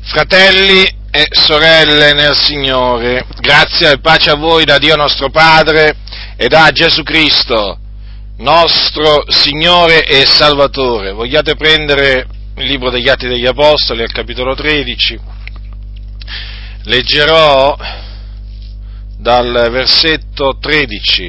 Fratelli e sorelle nel Signore, grazia e pace a voi da Dio nostro Padre e da Gesù Cristo, nostro Signore e Salvatore. Vogliate prendere il libro degli Atti degli Apostoli al capitolo 13? Leggerò dal versetto 13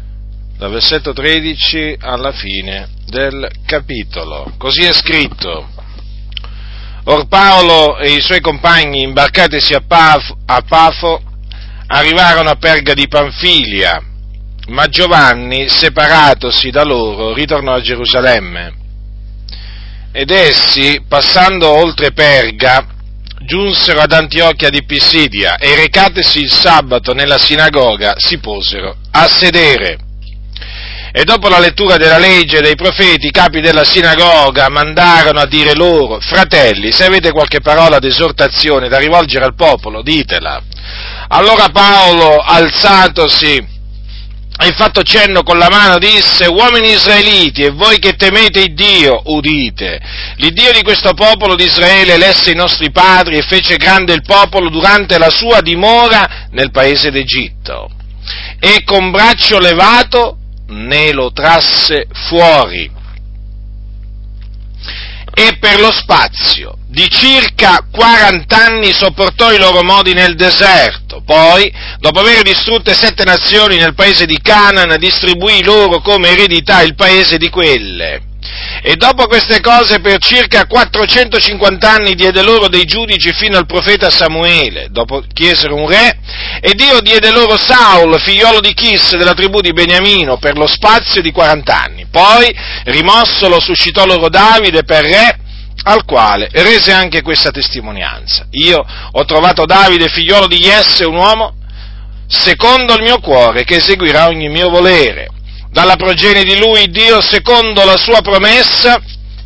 alla fine del capitolo. Così è scritto: Or Paolo e i suoi compagni, imbarcatisi a Pafo, arrivarono a Perga di Panfilia, ma Giovanni, separatosi da loro, ritornò a Gerusalemme. Ed essi, passando oltre Perga, giunsero ad Antiochia di Pisidia e, recatisi il sabato nella sinagoga, si posero a sedere. E dopo la lettura della legge e dei profeti, i capi della sinagoga mandarono a dire loro: fratelli, se avete qualche parola d'esortazione da rivolgere al popolo, ditela. Allora Paolo, alzatosi e fatto cenno con la mano, disse: uomini israeliti, e voi che temete il Dio, udite. L'Iddio di questo popolo di Israele elesse i nostri padri e fece grande il popolo durante la sua dimora nel paese d'Egitto. E con braccio levato ne lo trasse fuori, e per lo spazio di circa 40 anni sopportò i loro modi nel deserto. Poi, dopo aver distrutte 7 nazioni nel paese di Canaan, distribuì loro come eredità il paese di quelle. E dopo queste cose per circa 450 anni diede loro dei giudici fino al profeta Samuele. Dopo chiesero un re, e Dio diede loro Saul, figliolo di Chis della tribù di Beniamino, per lo spazio di 40 anni. Poi, rimossolo, suscitò loro Davide per re, al quale rese anche questa testimonianza: io ho trovato Davide, figliolo di Jesse, un uomo secondo il mio cuore, che eseguirà ogni mio volere. Dalla progenie di lui Dio, secondo la sua promessa,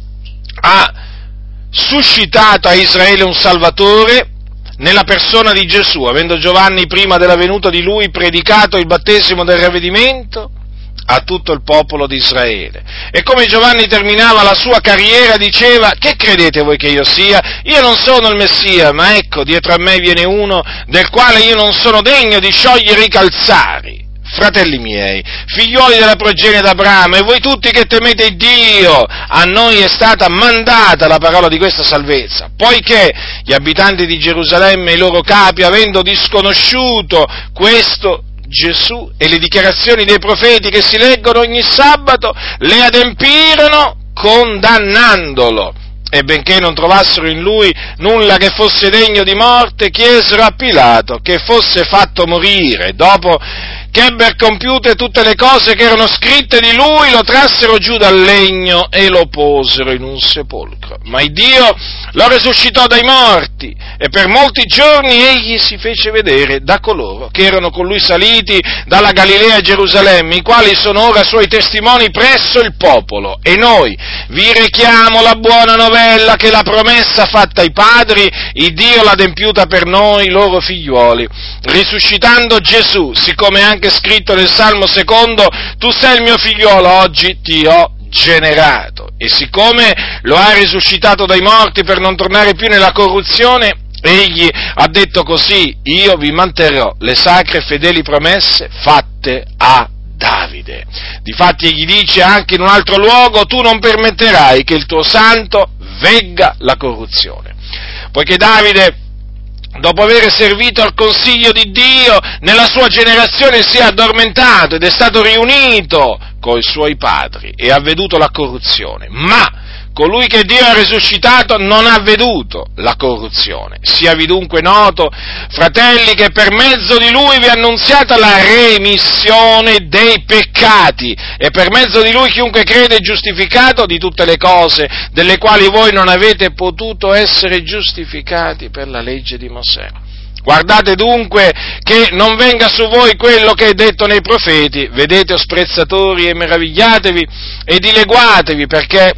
ha suscitato a Israele un Salvatore nella persona di Gesù, avendo Giovanni prima della venuta di lui predicato il battesimo del ravvedimento a tutto il popolo di Israele. E come Giovanni terminava la sua carriera diceva: che credete voi che io sia? Io non sono il Messia, ma ecco, dietro a me viene uno del quale io non sono degno di sciogliere i calzari. Fratelli miei, figlioli della progenie d'Abramo, e voi tutti che temete il Dio, a noi è stata mandata la parola di questa salvezza, poiché gli abitanti di Gerusalemme e i loro capi, avendo disconosciuto questo Gesù e le dichiarazioni dei profeti che si leggono ogni sabato, le adempirono condannandolo. E benché non trovassero in lui nulla che fosse degno di morte, chiesero a Pilato che fosse fatto morire. Dopo che ebber compiute tutte le cose che erano scritte di lui, lo trassero giù dal legno e lo posero in un sepolcro. Ma il Dio lo risuscitò dai morti, e per molti giorni egli si fece vedere da coloro che erano con lui saliti dalla Galilea a Gerusalemme, i quali sono ora suoi testimoni presso il popolo. E noi vi rechiamo la buona novella che la promessa fatta ai padri, il Dio l'ha adempiuta per noi, loro figliuoli, risuscitando Gesù, siccome anche scritto nel Salmo secondo: tu sei il mio figliolo, oggi ti ho generato. E siccome lo ha risuscitato dai morti per non tornare più nella corruzione, egli ha detto così: io vi manterrò le sacre e fedeli promesse fatte a Davide. Difatti egli dice anche in un altro luogo: tu non permetterai che il tuo santo vegga la corruzione. Poiché Davide, dopo aver servito al consiglio di Dio, nella sua generazione si è addormentato ed è stato riunito coi suoi padri e ha veduto la corruzione. Ma colui che Dio ha risuscitato non ha veduto la corruzione. Siavi dunque noto, fratelli, che per mezzo di lui vi è annunziata la remissione dei peccati, e per mezzo di lui chiunque crede è giustificato di tutte le cose delle quali voi non avete potuto essere giustificati per la legge di Mosè. Guardate dunque che non venga su voi quello che è detto nei profeti: vedete, o sprezzatori, e meravigliatevi e dileguatevi, perché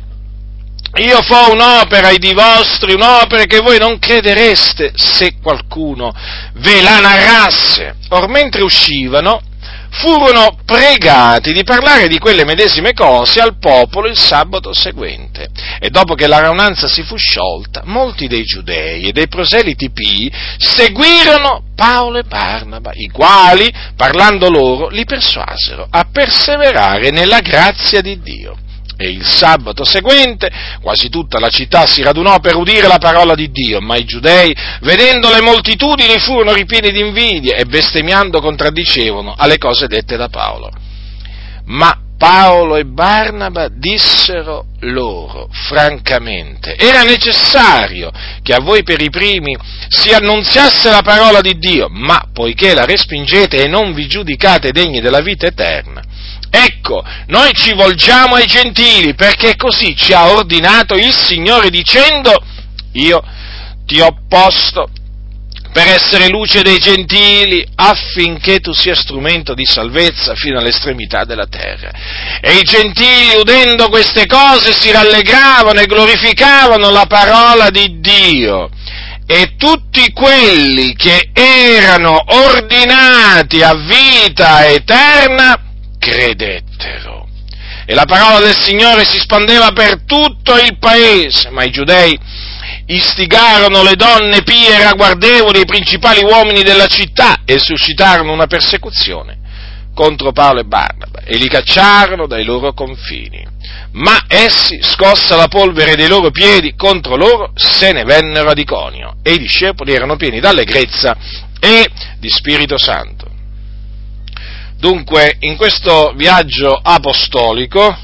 io fo un'opera ai di vostri, un'opera che voi non credereste se qualcuno ve la narrasse. Or mentre uscivano, furono pregati di parlare di quelle medesime cose al popolo il sabato seguente. E dopo che la raunanza si fu sciolta, molti dei giudei e dei proseliti pii seguirono Paolo e Barnaba, i quali, parlando loro, li persuasero a perseverare nella grazia di Dio. E il sabato seguente quasi tutta la città si radunò per udire la parola di Dio, ma i giudei, vedendo le moltitudini, furono ripieni di invidia e bestemmiando contraddicevano alle cose dette da Paolo. Ma Paolo e Barnaba dissero loro, francamente, era necessario che a voi per i primi si annunziasse la parola di Dio, ma poiché la respingete e non vi giudicate degni della vita eterna, ecco, noi ci volgiamo ai gentili, perché così ci ha ordinato il Signore dicendo, io ti ho posto per essere luce dei gentili, affinché tu sia strumento di salvezza fino all'estremità della terra. E i gentili, udendo queste cose, si rallegravano e glorificavano la parola di Dio. E tutti quelli che erano ordinati a vita eterna credettero. E la parola del Signore si spandeva per tutto il paese, ma i giudei istigarono le donne pie e ragguardevoli e i principali uomini della città e suscitarono una persecuzione contro Paolo e Barnaba e li cacciarono dai loro confini. Ma essi, scossa la polvere dei loro piedi contro loro, se ne vennero ad Iconio e i discepoli erano pieni d'allegrezza e di Spirito Santo. Dunque, in questo viaggio apostolico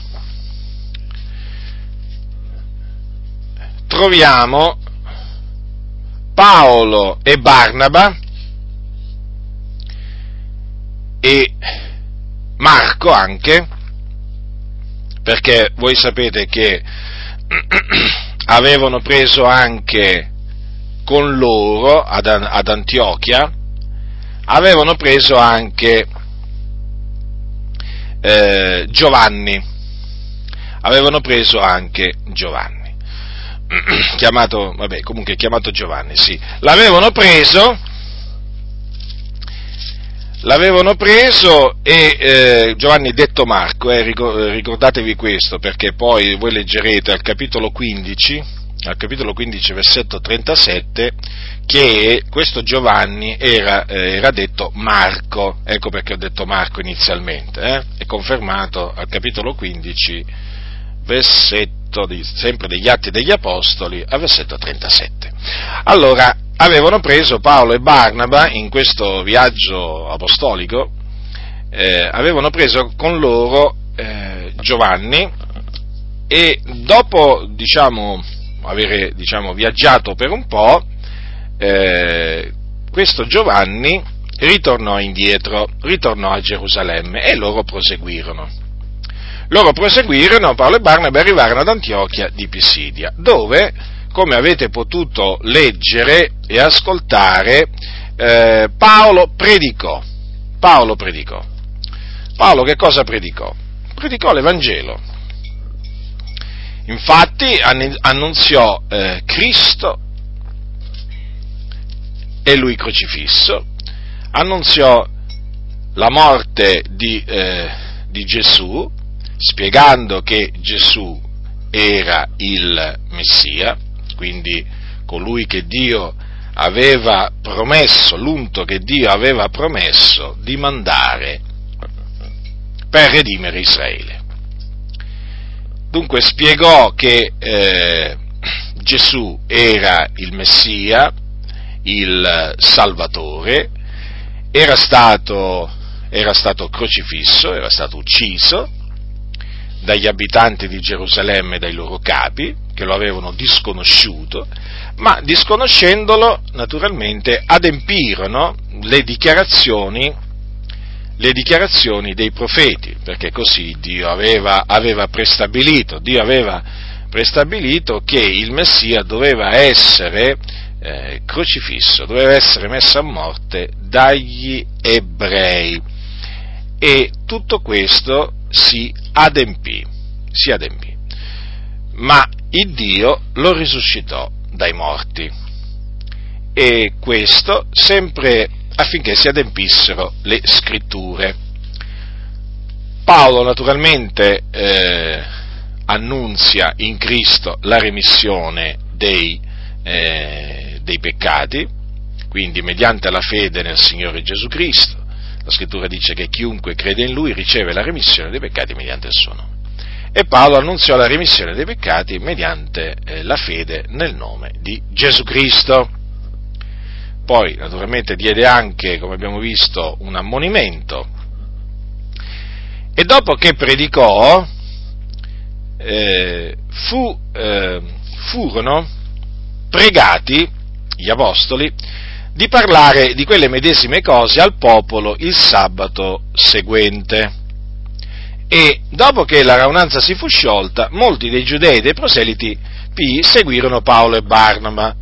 troviamo Paolo e Barnaba e Marco anche, perché voi sapete che avevano preso anche con loro ad Antiochia, avevano preso anche Giovanni, chiamato Giovanni, sì, l'avevano preso e Giovanni detto Marco, ricordatevi questo, perché poi voi leggerete al capitolo 15, versetto 37, che questo Giovanni era detto Marco, ecco perché ho detto Marco inizialmente, è confermato al capitolo 15, versetto sempre degli Atti degli Apostoli, al versetto 37. Allora, avevano preso Paolo e Barnaba in questo viaggio apostolico, avevano preso con loro Giovanni e dopo, avere viaggiato per un po', questo Giovanni ritornò a Gerusalemme e loro proseguirono, Paolo e Barnaba arrivarono ad Antiochia di Pisidia, dove, come avete potuto leggere e ascoltare, Paolo predicò. Paolo che cosa predicò? Predicò l'Evangelo. Infatti annunziò Cristo e Lui crocifisso, annunziò la morte di Gesù, spiegando che Gesù era il Messia, quindi colui che Dio aveva promesso, l'unto che Dio aveva promesso di mandare per redimere Israele. Dunque spiegò che Gesù era il Messia, il Salvatore, era stato crocifisso, era stato ucciso dagli abitanti di Gerusalemme e dai loro capi, che lo avevano disconosciuto, ma disconoscendolo naturalmente adempirono le dichiarazioni dei profeti, perché così Dio aveva prestabilito che il Messia doveva essere crocifisso, doveva essere messo a morte dagli ebrei, e tutto questo si adempì, ma il Dio lo risuscitò dai morti, e questo sempre affinché si adempissero le scritture. Paolo naturalmente annunzia in Cristo la remissione dei peccati, quindi mediante la fede nel Signore Gesù Cristo. La Scrittura dice che chiunque crede in Lui riceve la remissione dei peccati mediante il suo nome. E Paolo annunziò la remissione dei peccati mediante la fede nel nome di Gesù Cristo. Poi, naturalmente, diede anche, come abbiamo visto, un ammonimento. E dopo che predicò, furono pregati gli apostoli di parlare di quelle medesime cose al popolo il sabato seguente. E dopo che la raunanza si fu sciolta, molti dei giudei e dei proseliti pii seguirono Paolo e Barnaba.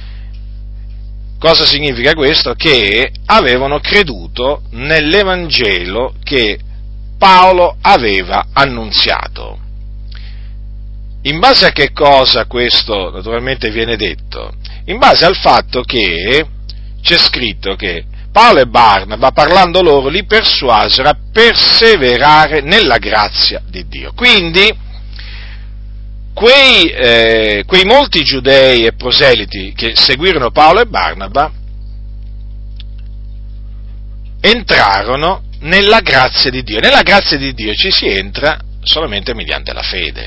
Cosa significa questo? Che avevano creduto nell'Evangelo che Paolo aveva annunziato. In base a che cosa questo naturalmente viene detto? In base al fatto che c'è scritto che Paolo e Barnaba, parlando loro, li persuasero a perseverare nella grazia di Dio. Quindi, quei molti giudei e proseliti che seguirono Paolo e Barnaba entrarono nella grazia di Dio. Nella grazia di Dio ci si entra solamente mediante la fede.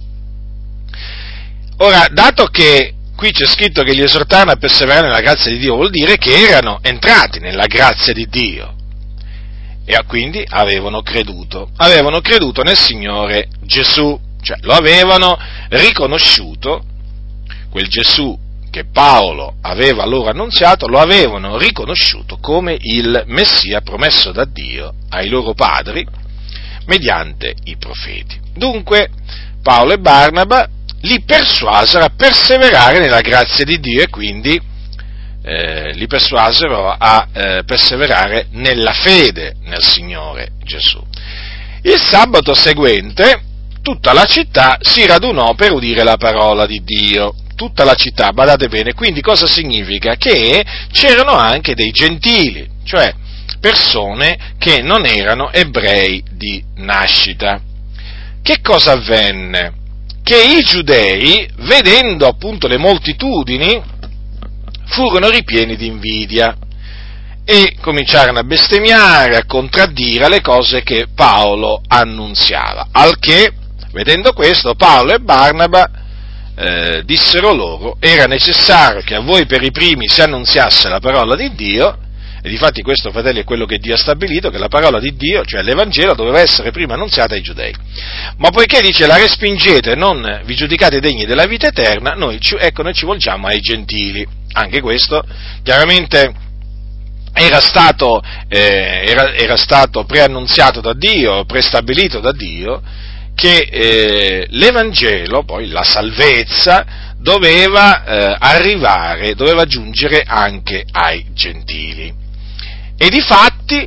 Ora, dato che qui c'è scritto che li esortarono a perseverare nella grazia di Dio, vuol dire che erano entrati nella grazia di Dio e quindi avevano creduto nel Signore Gesù, cioè lo avevano riconosciuto, quel Gesù che Paolo aveva loro annunziato, lo avevano riconosciuto come il Messia promesso da Dio ai loro padri mediante i profeti. Dunque Paolo e Barnaba li persuasero a perseverare nella grazia di Dio e quindi li persuasero a perseverare nella fede nel Signore Gesù. Il sabato seguente tutta la città si radunò per udire la parola di Dio. Tutta la città, badate bene, quindi cosa significa? Che c'erano anche dei gentili, cioè persone che non erano ebrei di nascita. Che cosa avvenne? Che i giudei, vedendo appunto le moltitudini, furono ripieni di invidia e cominciarono a bestemmiare, a contraddire le cose che Paolo annunziava. Al che, vedendo questo, Paolo e Barnaba dissero loro: era necessario che a voi per i primi si annunziasse la parola di Dio. E difatti questo, fratelli, è quello che Dio ha stabilito, che la parola di Dio, cioè l'Evangelo, doveva essere prima annunziata ai giudei. Ma poiché, dice, la respingete e non vi giudicate degni della vita eterna, noi ci volgiamo ai gentili. Anche questo, chiaramente, era stato preannunziato da Dio, prestabilito da Dio, che l'Evangelo, poi la salvezza, doveva arrivare, doveva giungere anche ai gentili. E difatti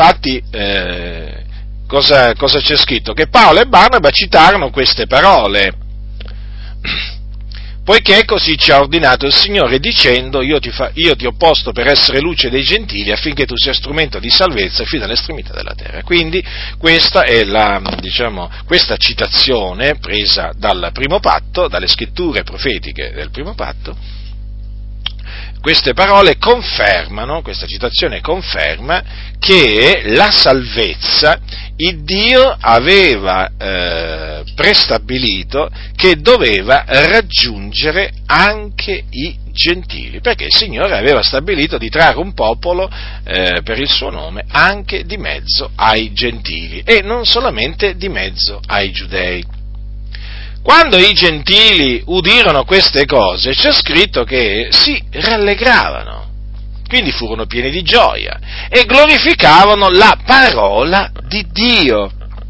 cosa c'è scritto? Che Paolo e Barnaba citarono queste parole: poiché così ci ha ordinato il Signore, dicendo: io ti ho posto per essere luce dei gentili, affinché tu sia strumento di salvezza fino all'estremità della terra. Quindi questa è questa citazione presa dal primo patto, dalle scritture profetiche del primo patto. Queste parole confermano, questa citazione conferma che la salvezza il Dio aveva prestabilito che doveva raggiungere anche i gentili, perché il Signore aveva stabilito di trarre un popolo per il suo nome anche di mezzo ai gentili e non solamente di mezzo ai giudei. Quando i gentili udirono queste cose, c'è scritto che si rallegravano, quindi furono pieni di gioia e glorificavano la parola di Dio.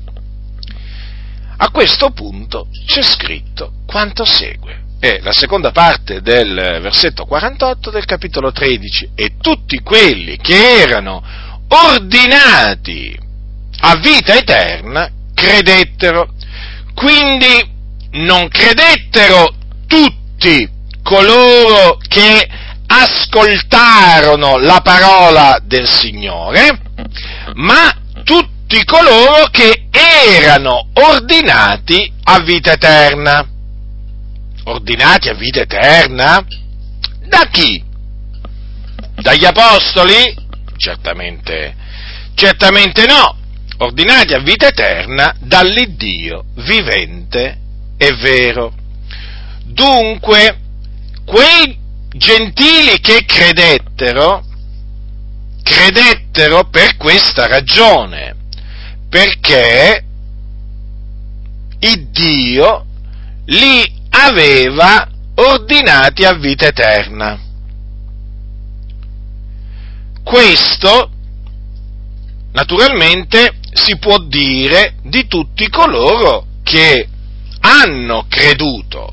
A questo punto c'è scritto quanto segue. È la seconda parte del versetto 48 del capitolo 13. E tutti quelli che erano ordinati a vita eterna credettero. Quindi non credettero tutti coloro che ascoltarono la parola del Signore, ma tutti tutti coloro che erano ordinati a vita eterna. Ordinati a vita eterna? Da chi? Dagli apostoli? Certamente no. Ordinati a vita eterna dall'Iddio vivente e vero. Dunque, quei gentili che credettero per questa ragione, perché il Dio li aveva ordinati a vita eterna. Questo, naturalmente, si può dire di tutti coloro che hanno creduto.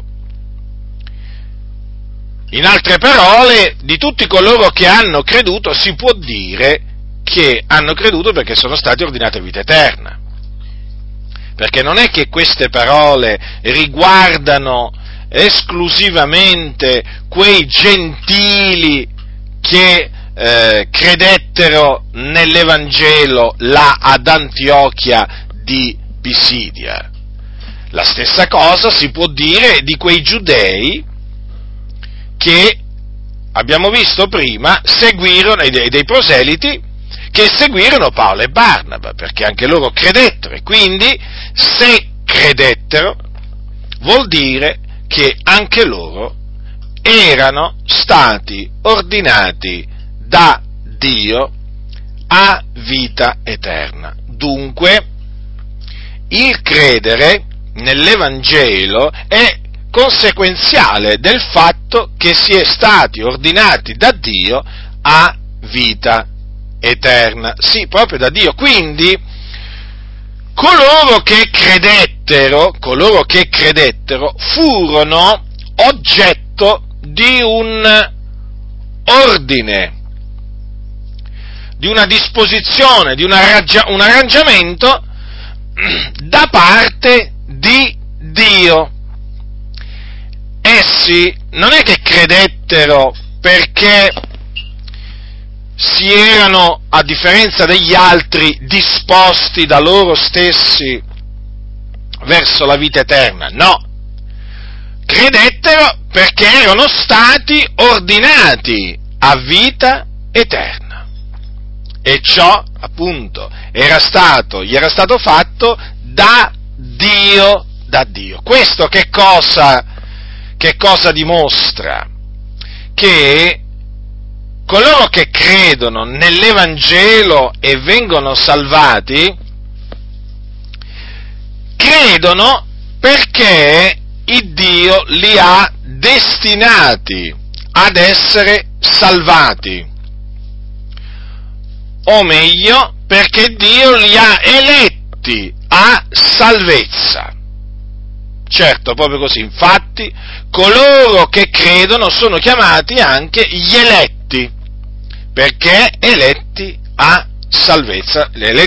In altre parole, di tutti coloro che hanno creduto si può dire che hanno creduto perché sono stati ordinati a vita eterna. Perché non è che queste parole riguardano esclusivamente quei gentili che credettero nell'Evangelo là ad Antiochia di Pisidia. La stessa cosa si può dire di quei giudei che abbiamo visto prima seguirono, dei proseliti che seguirono Paolo e Barnaba, perché anche loro credettero, e quindi se credettero vuol dire che anche loro erano stati ordinati da Dio a vita eterna. Dunque, il credere nell'Evangelo è conseguenziale del fatto che si è stati ordinati da Dio a vita eterna. Sì, proprio da Dio. Quindi, coloro che credettero furono oggetto di un ordine, di una disposizione, di un arrangiamento da parte di Dio. Essi non è che credettero perché si erano, a differenza degli altri, disposti da loro stessi verso la vita eterna, no. Credettero perché erano stati ordinati a vita eterna. E ciò, appunto, gli era stato fatto da Dio. Questo che cosa dimostra? Che coloro che credono nell'Evangelo e vengono salvati, credono perché il Dio li ha destinati ad essere salvati, o meglio, perché Dio li ha eletti a salvezza. Certo, proprio così. Infatti, coloro che credono sono chiamati anche gli eletti, perché eletti a salvezza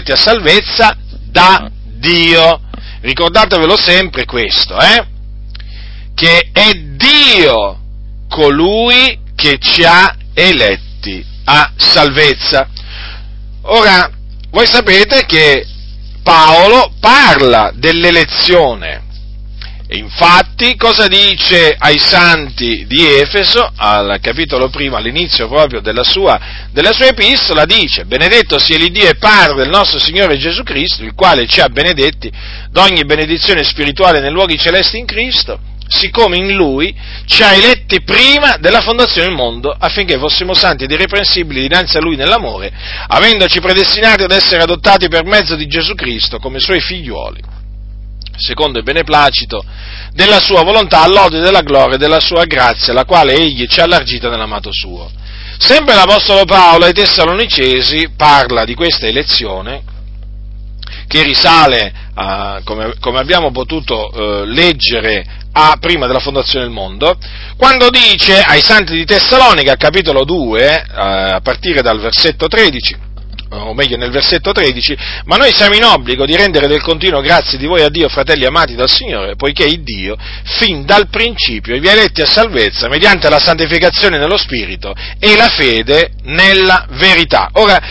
da Dio. Ricordatevelo sempre questo, che è Dio colui che ci ha eletti a salvezza. Ora, voi sapete che Paolo parla dell'elezione. Infatti, cosa dice ai santi di Efeso, al capitolo 1, all'inizio proprio della sua epistola, dice: benedetto sia l'Iddio e Padre del nostro Signore Gesù Cristo, il quale ci ha benedetti d'ogni benedizione spirituale nei luoghi celesti in Cristo, siccome in Lui ci ha eletti prima della fondazione del mondo, affinché fossimo santi ed irreprensibili dinanzi a Lui nell'amore, avendoci predestinati ad essere adottati per mezzo di Gesù Cristo come Suoi figliuoli, secondo il beneplacito della sua volontà, all'ode della gloria e della sua grazia, la quale Egli ci ha allargita nell'amato suo. Sempre l'Apostolo Paolo ai Tessalonicesi parla di questa elezione, che risale, come abbiamo potuto leggere, a prima della fondazione del mondo, quando dice ai santi di Tessalonica, capitolo 2, a partire dal versetto 13, o meglio nel versetto 13, ma noi siamo in obbligo di rendere del continuo grazie di voi a Dio, fratelli amati dal Signore, poiché il Dio, fin dal principio, vi ha eletti a salvezza mediante la santificazione nello Spirito e la fede nella verità. Ora,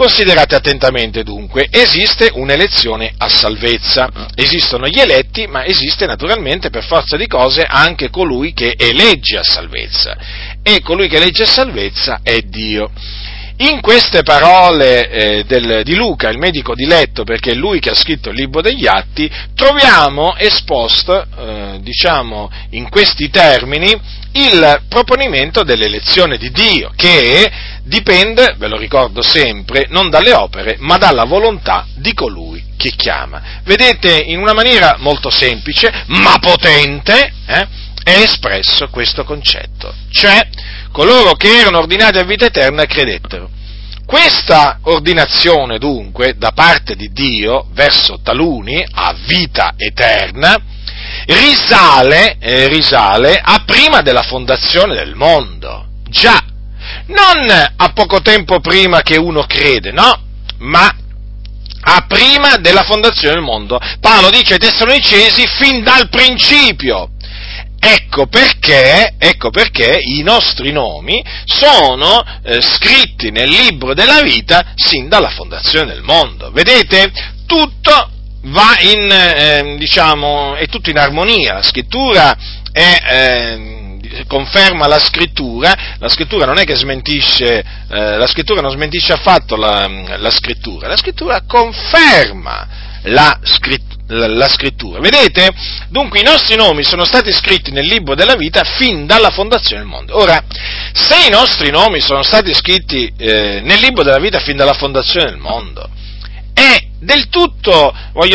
Considerate attentamente dunque, esiste un'elezione a salvezza, esistono gli eletti, ma esiste naturalmente per forza di cose anche colui che elegge a salvezza, e colui che elegge a salvezza è Dio. In queste parole di Luca, il medico diletto, perché è lui che ha scritto il libro degli Atti, troviamo esposto, in questi termini, il proponimento dell'elezione di Dio, che dipende, ve lo ricordo sempre, non dalle opere, ma dalla volontà di colui che chiama. Vedete, in una maniera molto semplice, ma potente, è espresso questo concetto, cioè coloro che erano ordinati a vita eterna credettero. Questa ordinazione, dunque, da parte di Dio verso taluni a vita eterna, risale a prima della fondazione del mondo. Già, non a poco tempo prima che uno crede, no, ma a prima della fondazione del mondo. Paolo dice ai Tessalonicesi fin dal principio. Ecco perché i nostri nomi sono scritti nel libro della vita sin dalla fondazione del mondo. Vedete? Tutto va è tutto in armonia. La scrittura conferma la scrittura non è che smentisce, la scrittura non smentisce affatto la scrittura conferma la scrittura. Vedete? Dunque i nostri nomi sono stati scritti nel libro della vita fin dalla fondazione del mondo. Ora, se i nostri nomi sono stati scritti nel libro della vita fin dalla fondazione del mondo, è del tutto,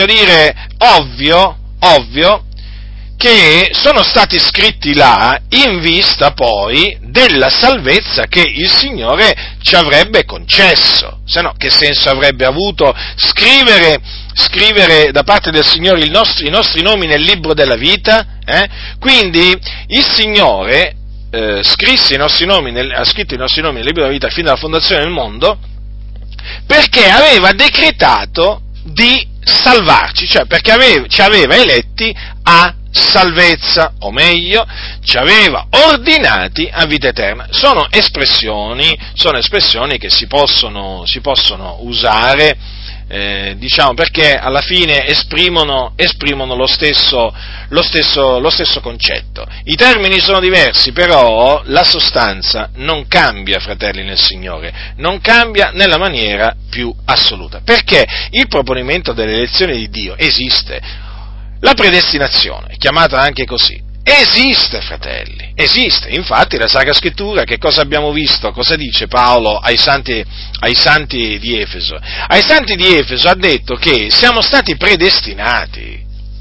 ovvio che sono stati scritti là in vista poi della salvezza che il Signore ci avrebbe concesso. Se no, che senso avrebbe avuto scrivere da parte del Signore i nostri nomi nel libro della vita? Quindi il Signore ha scritto i nostri nomi nel libro della vita fin dalla fondazione del mondo, perché aveva decretato di salvarci, cioè perché ci aveva eletti a salvezza, o meglio, ci aveva ordinati a vita eterna. Sono espressioni che si possono usare, perché alla fine esprimono lo stesso concetto. I termini sono diversi, però la sostanza non cambia, fratelli nel Signore, non cambia nella maniera più assoluta, perché il proponimento dell'elezione di Dio esiste. La predestinazione, è chiamata anche così, esiste, fratelli, esiste. Infatti la Sacra Scrittura, che cosa abbiamo visto? Cosa dice Paolo ai santi di Efeso? Ai santi di Efeso ha detto che siamo stati predestinati.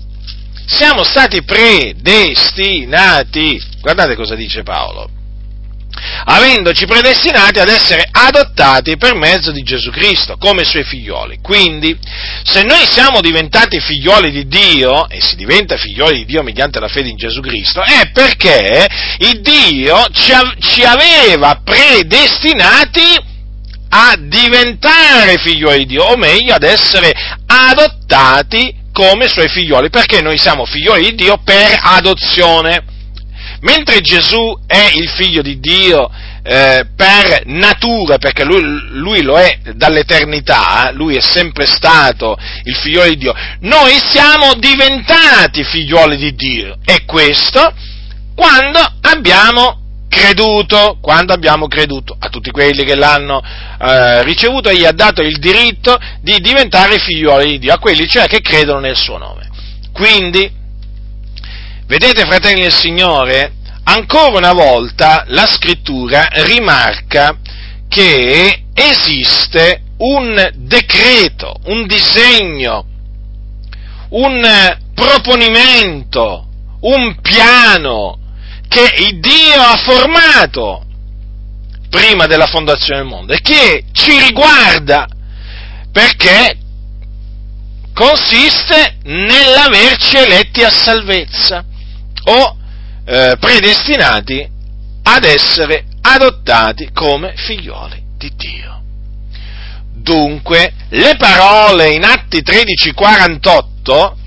Guardate cosa dice Paolo. Avendoci predestinati ad essere adottati per mezzo di Gesù Cristo come Suoi figlioli. Quindi, se noi siamo diventati figlioli di Dio, e si diventa figlioli di Dio mediante la fede in Gesù Cristo, è perché il Dio ci aveva predestinati a diventare figlioli di Dio, o meglio, ad essere adottati come Suoi figlioli, perché noi siamo figlioli di Dio per adozione. Mentre Gesù è il figlio di Dio per natura, perché lui lo è dall'eternità, lui è sempre stato il figliolo di Dio, noi siamo diventati figlioli di Dio, e questo quando abbiamo creduto. A tutti quelli che l'hanno ricevuto egli ha dato il diritto di diventare figlioli di Dio, a quelli cioè che credono nel suo nome. Quindi, vedete, fratelli del Signore, ancora una volta la Scrittura rimarca che esiste un decreto, un disegno, un proponimento, un piano che il Dio ha formato prima della fondazione del mondo e che ci riguarda, perché consiste nell'averci eletti a salvezza o predestinati ad essere adottati come figlioli di Dio. Dunque, le parole in Atti 13:48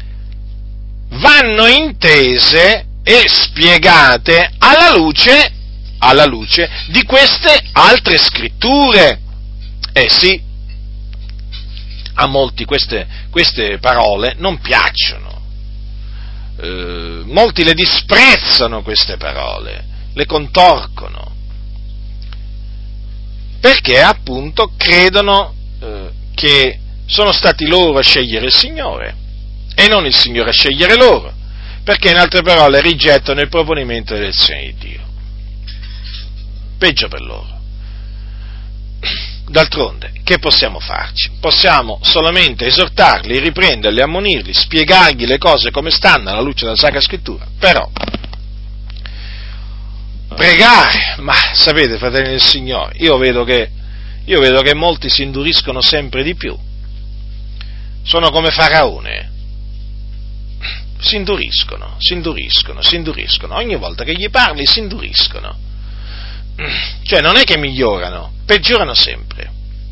vanno intese e spiegate alla luce di queste altre scritture. Sì, A molti queste parole non piacciono, molti le disprezzano queste parole, le contorcono, perché appunto credono che sono stati loro a scegliere il Signore e non il Signore a scegliere loro, perché in altre parole rigettano il proponimento dell'elezione di Dio. Peggio per loro. D'altronde, che possiamo farci? Possiamo solamente esortarli, riprenderli, ammonirli, spiegargli le cose come stanno alla luce della Sacra Scrittura, però pregare, ma sapete, fratelli del Signore, io vedo che molti si induriscono sempre di più, sono come Faraone, si induriscono, ogni volta che gli parli si induriscono, cioè non è che migliorano, peggiorano sempre.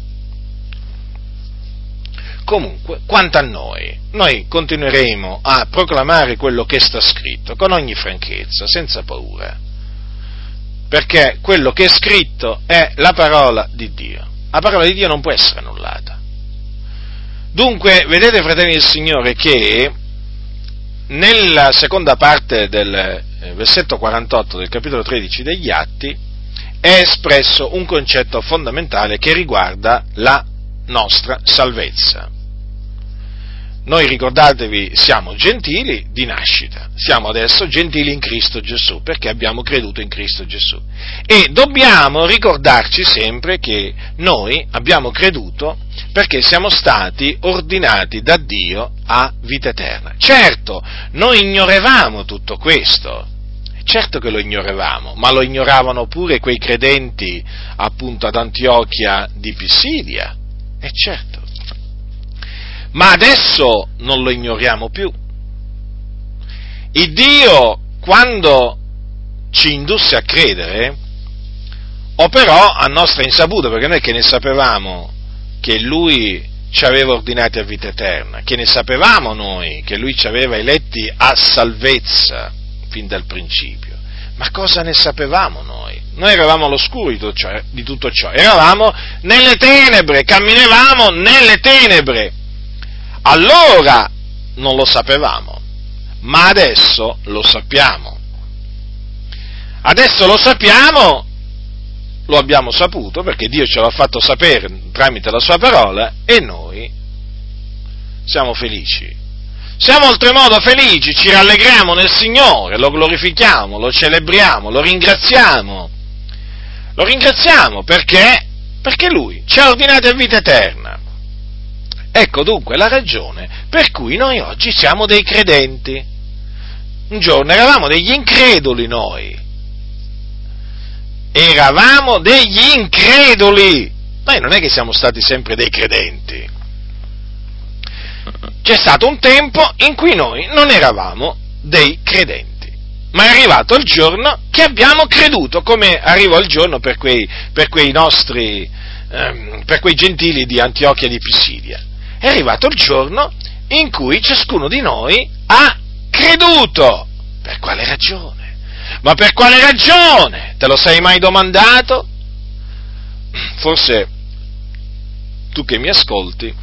Comunque, quanto a noi continueremo a proclamare quello che sta scritto con ogni franchezza, senza paura, perché quello che è scritto è la parola di Dio. La parola di Dio non può essere annullata. Dunque, vedete, fratelli del Signore, che nella seconda parte del versetto 48 del capitolo 13 degli Atti è espresso un concetto fondamentale che riguarda la nostra salvezza. Noi, ricordatevi, siamo gentili di nascita, siamo adesso gentili in Cristo Gesù, perché abbiamo creduto in Cristo Gesù. E dobbiamo ricordarci sempre che noi abbiamo creduto perché siamo stati ordinati da Dio a vita eterna. Certo, noi ignoravamo tutto questo, certo che lo ignoravamo, ma lo ignoravano pure quei credenti appunto ad Antiochia di Pisidia, e certo. Ma adesso non lo ignoriamo più. Il Dio, quando ci indusse a credere, operò a nostra insaputa, perché noi che ne sapevamo che Lui ci aveva ordinati a vita eterna, che ne sapevamo noi che Lui ci aveva eletti a salvezza fin dal principio. Ma cosa ne sapevamo noi? Noi eravamo all'oscuro di tutto ciò, eravamo nelle tenebre, camminavamo nelle tenebre. Allora non lo sapevamo, ma adesso lo sappiamo. Adesso lo sappiamo, lo abbiamo saputo perché Dio ce l'ha fatto sapere tramite la sua parola e noi siamo felici. Siamo oltremodo felici, ci rallegriamo nel Signore, lo glorifichiamo, lo celebriamo, lo ringraziamo. Lo ringraziamo perché Lui ci ha ordinati a vita eterna. Ecco dunque la ragione per cui noi oggi siamo dei credenti. Un giorno eravamo degli increduli noi. Eravamo degli increduli. Noi non è che siamo stati sempre dei credenti. C'è stato un tempo in cui noi non eravamo dei credenti, ma è arrivato il giorno che abbiamo creduto, come arrivò il giorno per quei gentili di Antiochia di Pisidia. È arrivato il giorno in cui ciascuno di noi ha creduto. Per quale ragione? Ma per quale ragione? Te lo sei mai domandato? Forse tu che mi ascolti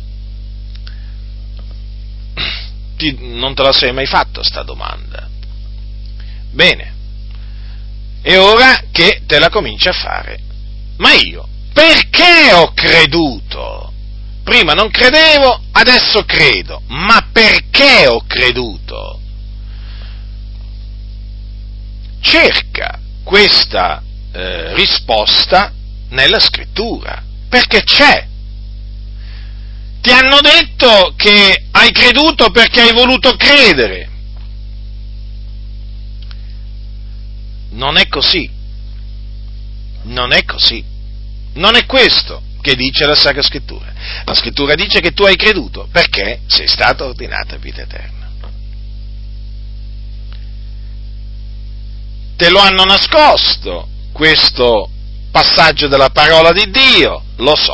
non te la sei mai fatto sta domanda. Bene, è ora che te la cominci a fare. Ma io perché ho creduto? Prima non credevo, adesso credo. Ma perché ho creduto? Cerca questa risposta nella Scrittura, perché c'è. Ti hanno detto che hai creduto perché hai voluto credere. Non è così. Non è così. Non è questo che dice la Sacra Scrittura. La Scrittura dice che tu hai creduto perché sei stato ordinato a vita eterna. Te lo hanno nascosto questo passaggio della parola di Dio, lo so.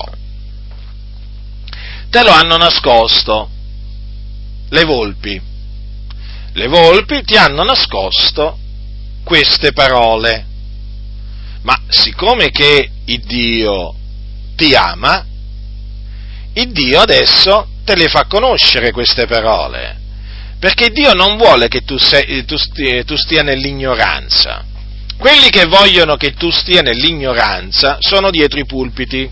Te lo hanno nascosto le volpi. Le volpi ti hanno nascosto queste parole. Ma siccome che il Dio ti ama, il Dio adesso te le fa conoscere queste parole, perché Dio non vuole che tu stia nell'ignoranza. Quelli che vogliono che tu stia nell'ignoranza sono dietro i pulpiti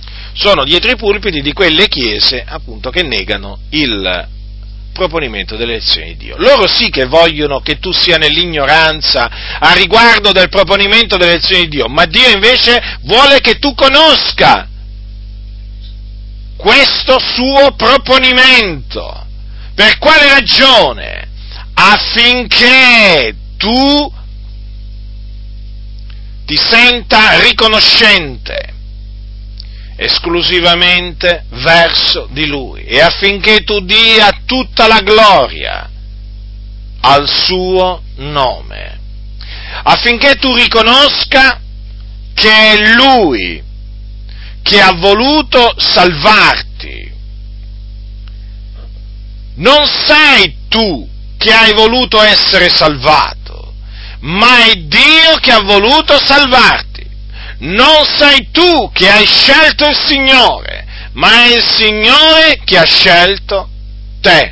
di quelle chiese, appunto, che negano il proponimento delle elezioni di Dio. Loro sì che vogliono che tu sia nell'ignoranza a riguardo del proponimento delle elezioni di Dio, ma Dio invece vuole che tu conosca questo suo proponimento. Per quale ragione? Affinché tu ti senta riconoscente esclusivamente verso di Lui e affinché tu dia tutta la gloria al suo nome, affinché tu riconosca che è Lui che ha voluto salvarti. Non sei tu che hai voluto essere salvato, ma è Dio che ha voluto salvarti. Non sei tu che hai scelto il Signore, ma è il Signore che ha scelto te.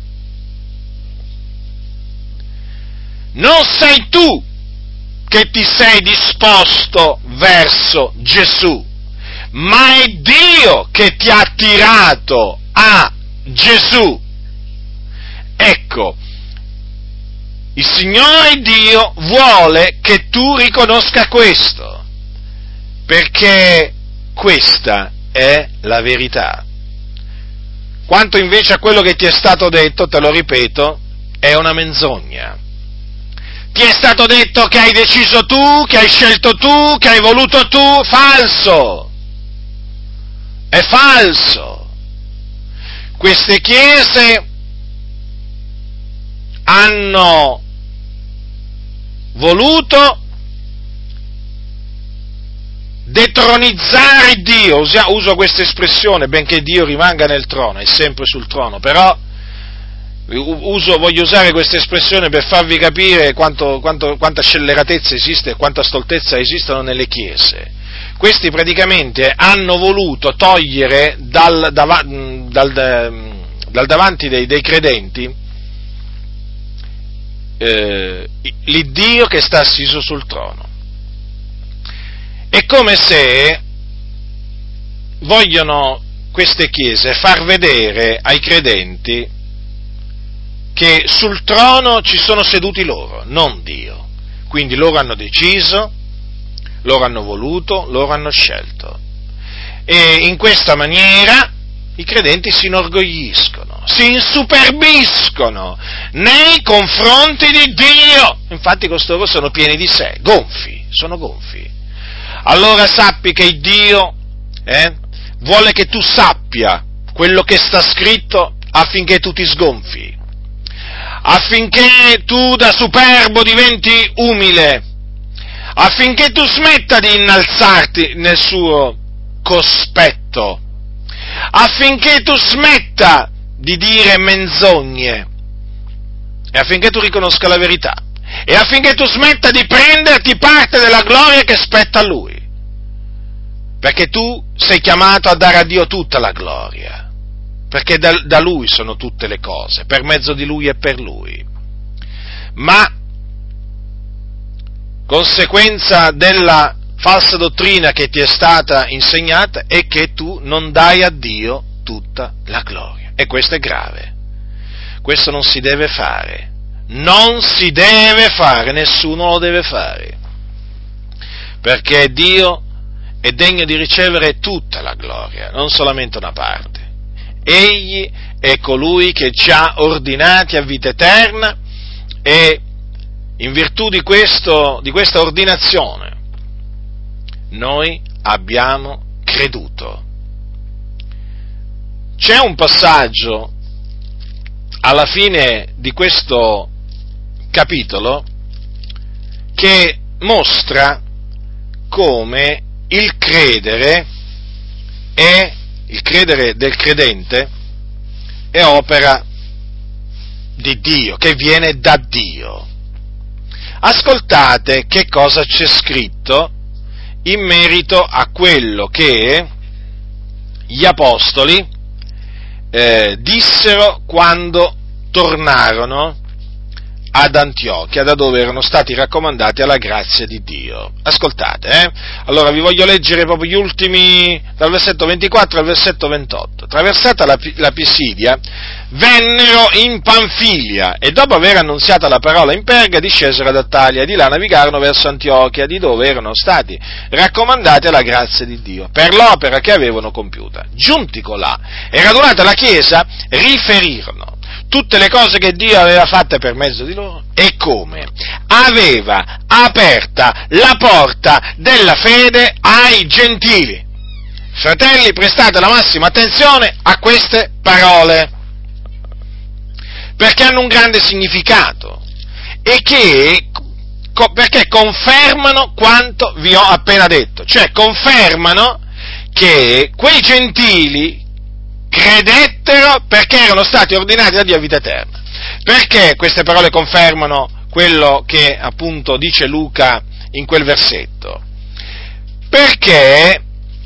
Non sei tu che ti sei disposto verso Gesù, ma è Dio che ti ha attirato a Gesù. Ecco, il Signore Dio vuole che tu riconosca questo, perché questa è la verità. Quanto invece a quello che ti è stato detto, te lo ripeto, è una menzogna. Ti è stato detto che hai deciso tu, che hai scelto tu, che hai voluto tu, falso! È falso! Queste chiese hanno voluto detronizzare Dio, uso questa espressione, benché Dio rimanga nel trono, è sempre sul trono, però voglio usare questa espressione per farvi capire quanta scelleratezza esiste e quanta stoltezza esistono nelle chiese. Questi praticamente hanno voluto togliere dal davanti dei credenti l'Iddio che sta assiso sul trono. È come se vogliono queste chiese far vedere ai credenti che sul trono ci sono seduti loro, non Dio. Quindi loro hanno deciso, loro hanno voluto, loro hanno scelto. E in questa maniera i credenti si inorgogliscono, si insuperbiscono nei confronti di Dio. Infatti costoro sono pieni di sé, sono gonfi. Allora sappi che il Dio vuole che tu sappia quello che sta scritto affinché tu ti sgonfi, affinché tu da superbo diventi umile, affinché tu smetta di innalzarti nel suo cospetto, affinché tu smetta di dire menzogne e affinché tu riconosca la verità e affinché tu smetta di prenderti parte della gloria che spetta a Lui, perché tu sei chiamato a dare a Dio tutta la gloria, perché da Lui sono tutte le cose, per mezzo di Lui e per Lui. Ma conseguenza della falsa dottrina che ti è stata insegnata è che tu non dai a Dio tutta la gloria, e questo è grave. Questo non si deve fare, nessuno lo deve fare, perché Dio è degno di ricevere tutta la gloria, non solamente una parte. Egli è colui che ci ha ordinati a vita eterna e in virtù di questa ordinazione noi abbiamo creduto. C'è un passaggio alla fine di questo capitolo che mostra come il credere del credente è opera di Dio, che viene da Dio. Ascoltate che cosa c'è scritto in merito a quello che gli apostoli dissero quando tornarono ad Antiochia, da dove erano stati raccomandati alla grazia di Dio. Ascoltate, allora vi voglio leggere proprio gli ultimi, dal versetto 24 al versetto 28. Traversata la Pisidia, vennero in Panfilia e dopo aver annunziata la parola in Perga discesero ad Attalia e di là navigarono verso Antiochia, di dove erano stati raccomandati alla grazia di Dio per l'opera che avevano compiuta. Giunti colà e radunata la Chiesa, riferirono tutte le cose che Dio aveva fatte per mezzo di loro e come aveva aperta la porta della fede ai gentili. Fratelli, prestate la massima attenzione a queste parole, perché hanno un grande significato e perché confermano quanto vi ho appena detto, cioè confermano che quei gentili credettero perché erano stati ordinati da Dio a vita eterna. Perché queste parole confermano quello che appunto dice Luca in quel versetto? Perché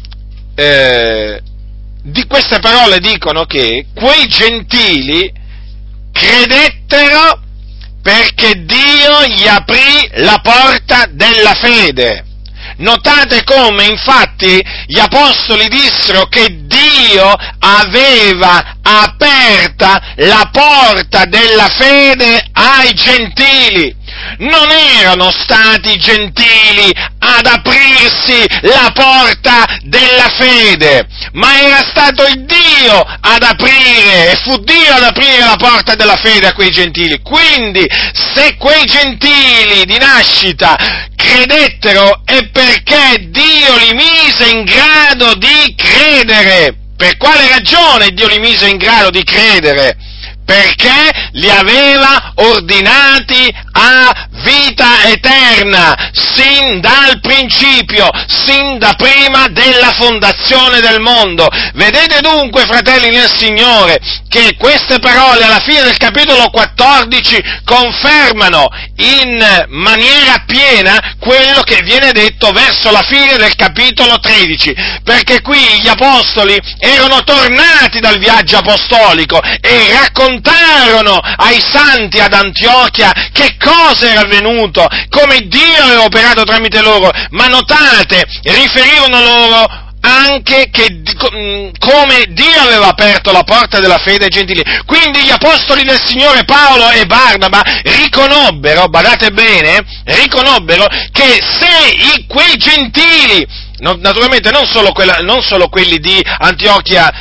di queste parole dicono che quei gentili credettero perché Dio gli aprì la porta della fede. Notate come, infatti, gli apostoli dissero che Dio aveva aperta la porta della fede ai gentili. Non erano stati i gentili ad aprirsi la porta della fede, ma era stato il Dio ad aprire, e fu Dio ad aprire la porta della fede a quei gentili. Quindi, se quei gentili di nascita credettero è perché Dio li mise in grado di credere. Per quale ragione Dio li mise in grado di credere? Perché li aveva ordinati a vita eterna, sin dal principio, sin da prima della fondazione del mondo. Vedete dunque, fratelli nel Signore, che queste parole alla fine del capitolo 14 confermano in maniera piena quello che viene detto verso la fine del capitolo 13, perché qui gli apostoli erano tornati dal viaggio apostolico e raccontarono ai santi ad Antiochia che cosa era avvenuto, come Dio aveva operato tramite loro, ma notate, riferirono loro anche che come Dio aveva aperto la porta della fede ai gentili. Quindi gli apostoli del Signore Paolo e Barnaba riconobbero, badate bene, riconobbero che se quei gentili, naturalmente non solo quelli di Antiochia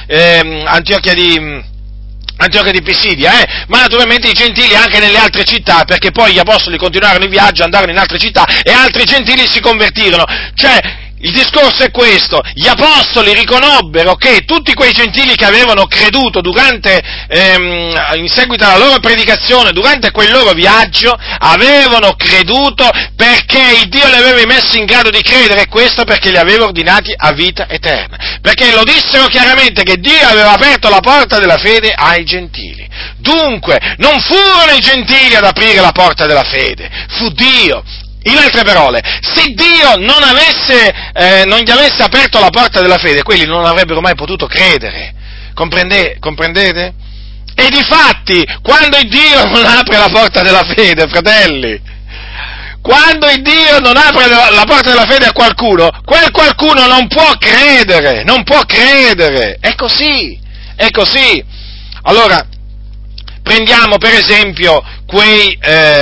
di Pisidia, ma naturalmente i gentili anche nelle altre città, perché poi gli apostoli continuarono il viaggio, andarono in altre città e altri gentili si convertirono. Cioè, il discorso è questo: gli apostoli riconobbero che tutti quei gentili che avevano creduto in seguito alla loro predicazione, durante quel loro viaggio, avevano creduto perché il Dio li aveva messi in grado di credere, e questo perché li aveva ordinati a vita eterna. Perché lo dissero chiaramente che Dio aveva aperto la porta della fede ai gentili. Dunque, non furono i gentili ad aprire la porta della fede, fu Dio. In altre parole, se Dio non gli avesse aperto la porta della fede, quelli non avrebbero mai potuto credere. Comprendete? E difatti, quando il Dio non apre la porta della fede, fratelli, quando il Dio non apre la porta della fede a qualcuno, quel qualcuno non può credere. È così. Allora, prendiamo per esempio quei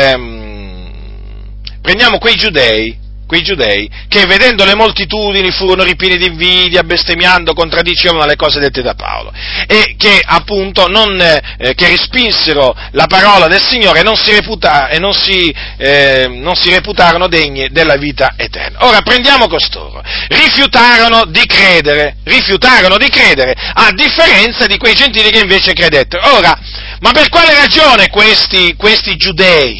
giudei che, vedendo le moltitudini, furono ripieni di invidia, bestemmiando contraddicevano le cose dette da Paolo, e che appunto che respinsero la parola del Signore e non si reputarono degni della vita eterna. Ora prendiamo costoro, rifiutarono di credere, a differenza di quei gentili che invece credettero. Ora, ma per quale ragione questi giudei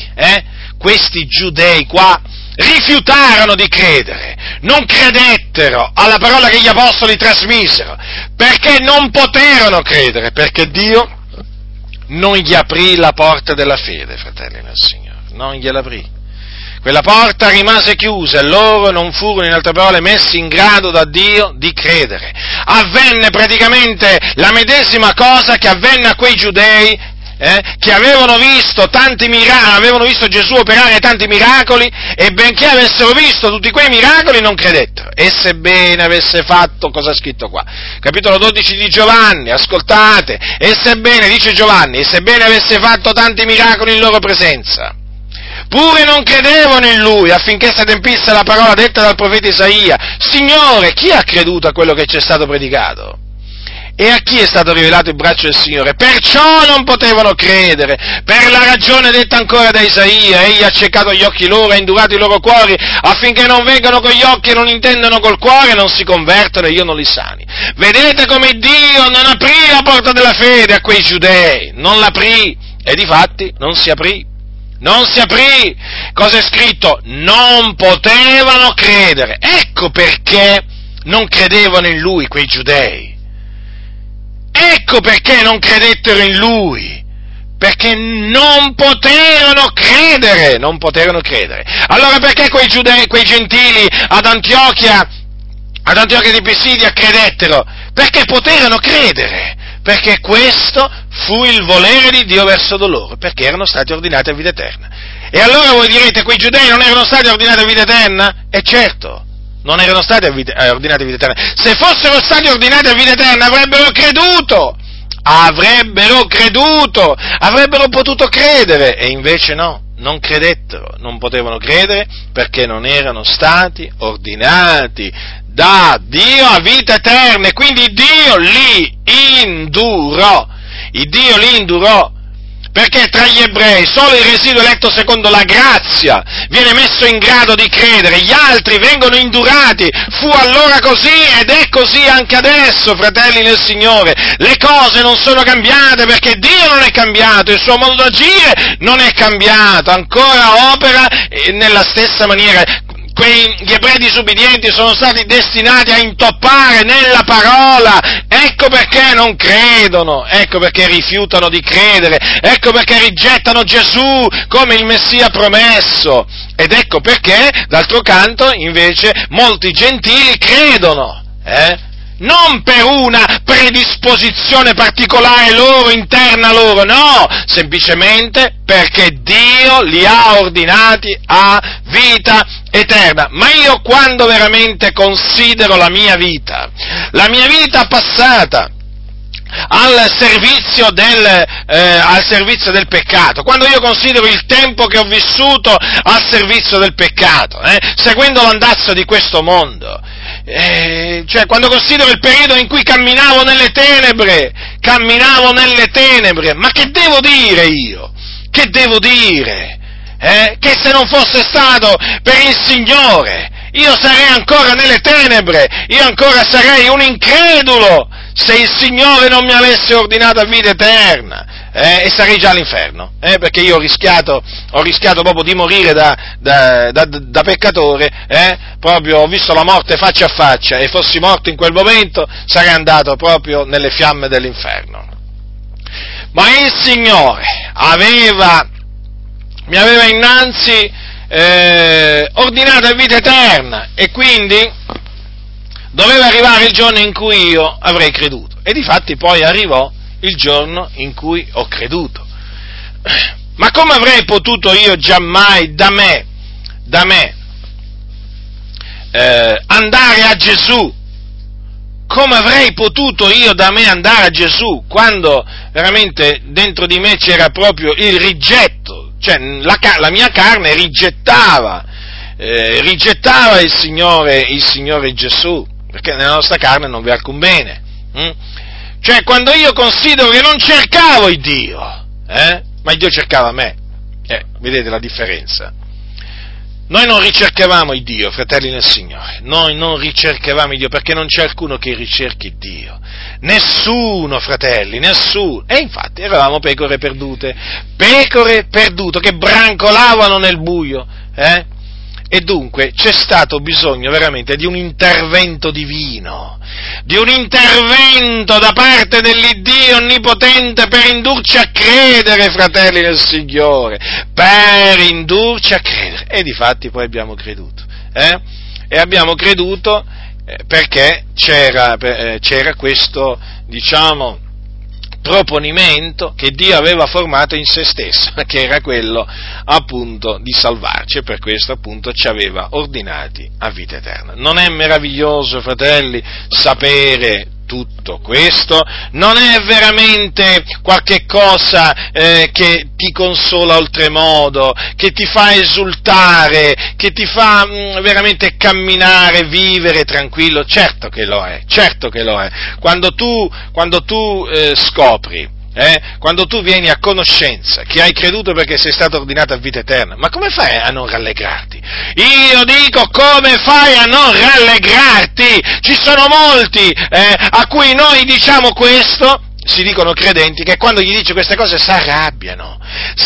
qua rifiutarono di credere, non credettero alla parola che gli apostoli trasmisero, perché non poterono credere, perché Dio non gli aprì la porta della fede, fratelli nel Signore, non gliela aprì. Quella porta rimase chiusa e loro non furono, in altre parole, messi in grado da Dio di credere. Avvenne praticamente la medesima cosa che avvenne a quei giudei che avevano visto avevano visto Gesù operare tanti miracoli, e benché avessero visto tutti quei miracoli non credettero. E sebbene avesse fatto, cosa è scritto qua? Capitolo 12 di Giovanni, ascoltate, e sebbene, dice Giovanni, e sebbene avesse fatto tanti miracoli in loro presenza, pure non credevano in Lui, affinché si adempisse la parola detta dal profeta Isaia: Signore, chi ha creduto a quello che ci è stato predicato? E a chi è stato rivelato il braccio del Signore? Perciò non potevano credere, per la ragione detta ancora da Isaia: Egli ha accecato gli occhi loro, ha indurato i loro cuori, affinché non vengano con gli occhi e non intendano col cuore, non si convertono e io non li sani. Vedete come Dio non aprì la porta della fede a quei giudei, non l'aprì, e difatti non si aprì. Non si aprì. Cosa è scritto? Non potevano credere. Ecco perché non credevano in Lui quei giudei. Ecco perché non credettero in Lui, perché non poterono credere. Allora perché quei gentili ad Antiochia di Pisidia credettero? Perché poterono credere, perché questo fu il volere di Dio verso di loro, perché erano stati ordinati a vita eterna. E allora voi direte, quei giudei non erano stati ordinati a vita eterna? E certo, non erano stati ordinati a vita eterna. Se fossero stati ordinati a vita eterna avrebbero creduto, avrebbero potuto credere, e invece no, non credettero, non potevano credere perché non erano stati ordinati da Dio a vita eterna, e quindi Dio li indurò, perché tra gli ebrei solo il residuo eletto secondo la grazia viene messo in grado di credere, gli altri vengono indurati. Fu allora così ed è così anche adesso, fratelli nel Signore. Le cose non sono cambiate perché Dio non è cambiato, il suo modo d'agire non è cambiato, ancora opera nella stessa maniera. Gli ebrei disubbidienti sono stati destinati a intoppare nella parola, ecco perché non credono, ecco perché rifiutano di credere, ecco perché rigettano Gesù come il Messia promesso, ed ecco perché, d'altro canto, invece, molti gentili credono, non per una predisposizione particolare loro, interna loro, no, semplicemente perché Dio li ha ordinati a vita eterna. Ma io quando veramente considero la mia vita passata al servizio del peccato, quando io considero il tempo che ho vissuto al servizio del peccato, seguendo l'andazzo di questo mondo, cioè quando considero il periodo in cui camminavo nelle tenebre, ma che devo dire io? Che devo dire? Che se non fosse stato per il Signore, io sarei ancora nelle tenebre, io ancora sarei un incredulo, se il Signore non mi avesse ordinato a vita eterna, e sarei già all'inferno, perché io ho rischiato proprio di morire da peccatore, proprio ho visto la morte faccia a faccia, e fossi morto in quel momento sarei andato proprio nelle fiamme dell'inferno. Ma il Signore mi aveva innanzi ordinato a vita eterna, e quindi doveva arrivare il giorno in cui io avrei creduto, e difatti poi arrivò il giorno in cui ho creduto. Ma come avrei potuto io giammai da me andare a Gesù? Come avrei potuto io da me andare a Gesù, quando veramente dentro di me c'era proprio il rigetto, cioè la mia carne rigettava il Signore Gesù, perché nella nostra carne non vi è alcun bene. Cioè, quando io considero che non cercavo il Dio, ma il Dio cercava me, vedete la differenza? Noi non ricercavamo il Dio, fratelli nel Signore, noi non ricercavamo il Dio, perché non c'è alcuno che ricerchi Dio, nessuno, fratelli, nessuno, e infatti eravamo pecore perdute che brancolavano nel buio, E dunque c'è stato bisogno veramente di un intervento divino, di un intervento da parte dell'Iddio Onnipotente per indurci a credere, fratelli del Signore, per indurci a credere. E difatti poi abbiamo creduto, E abbiamo creduto perché c'era questo, diciamo, proponimento che Dio aveva formato in se stesso, che era quello appunto di salvarci, e per questo appunto ci aveva ordinati a vita eterna. Non è meraviglioso, fratelli, sapere tutto questo? Non è veramente qualche cosa che ti consola oltremodo, che ti fa esultare, che ti fa veramente camminare, vivere tranquillo? Certo che lo è, certo che lo è. Quando tu scopri, quando tu vieni a conoscenza che hai creduto perché sei stato ordinato a vita eterna, ma come fai a non rallegrarti? Io dico, come fai a non rallegrarti? Ci sono molti a cui noi diciamo questo, si dicono credenti, che quando gli dici queste cose s'arrabbiano,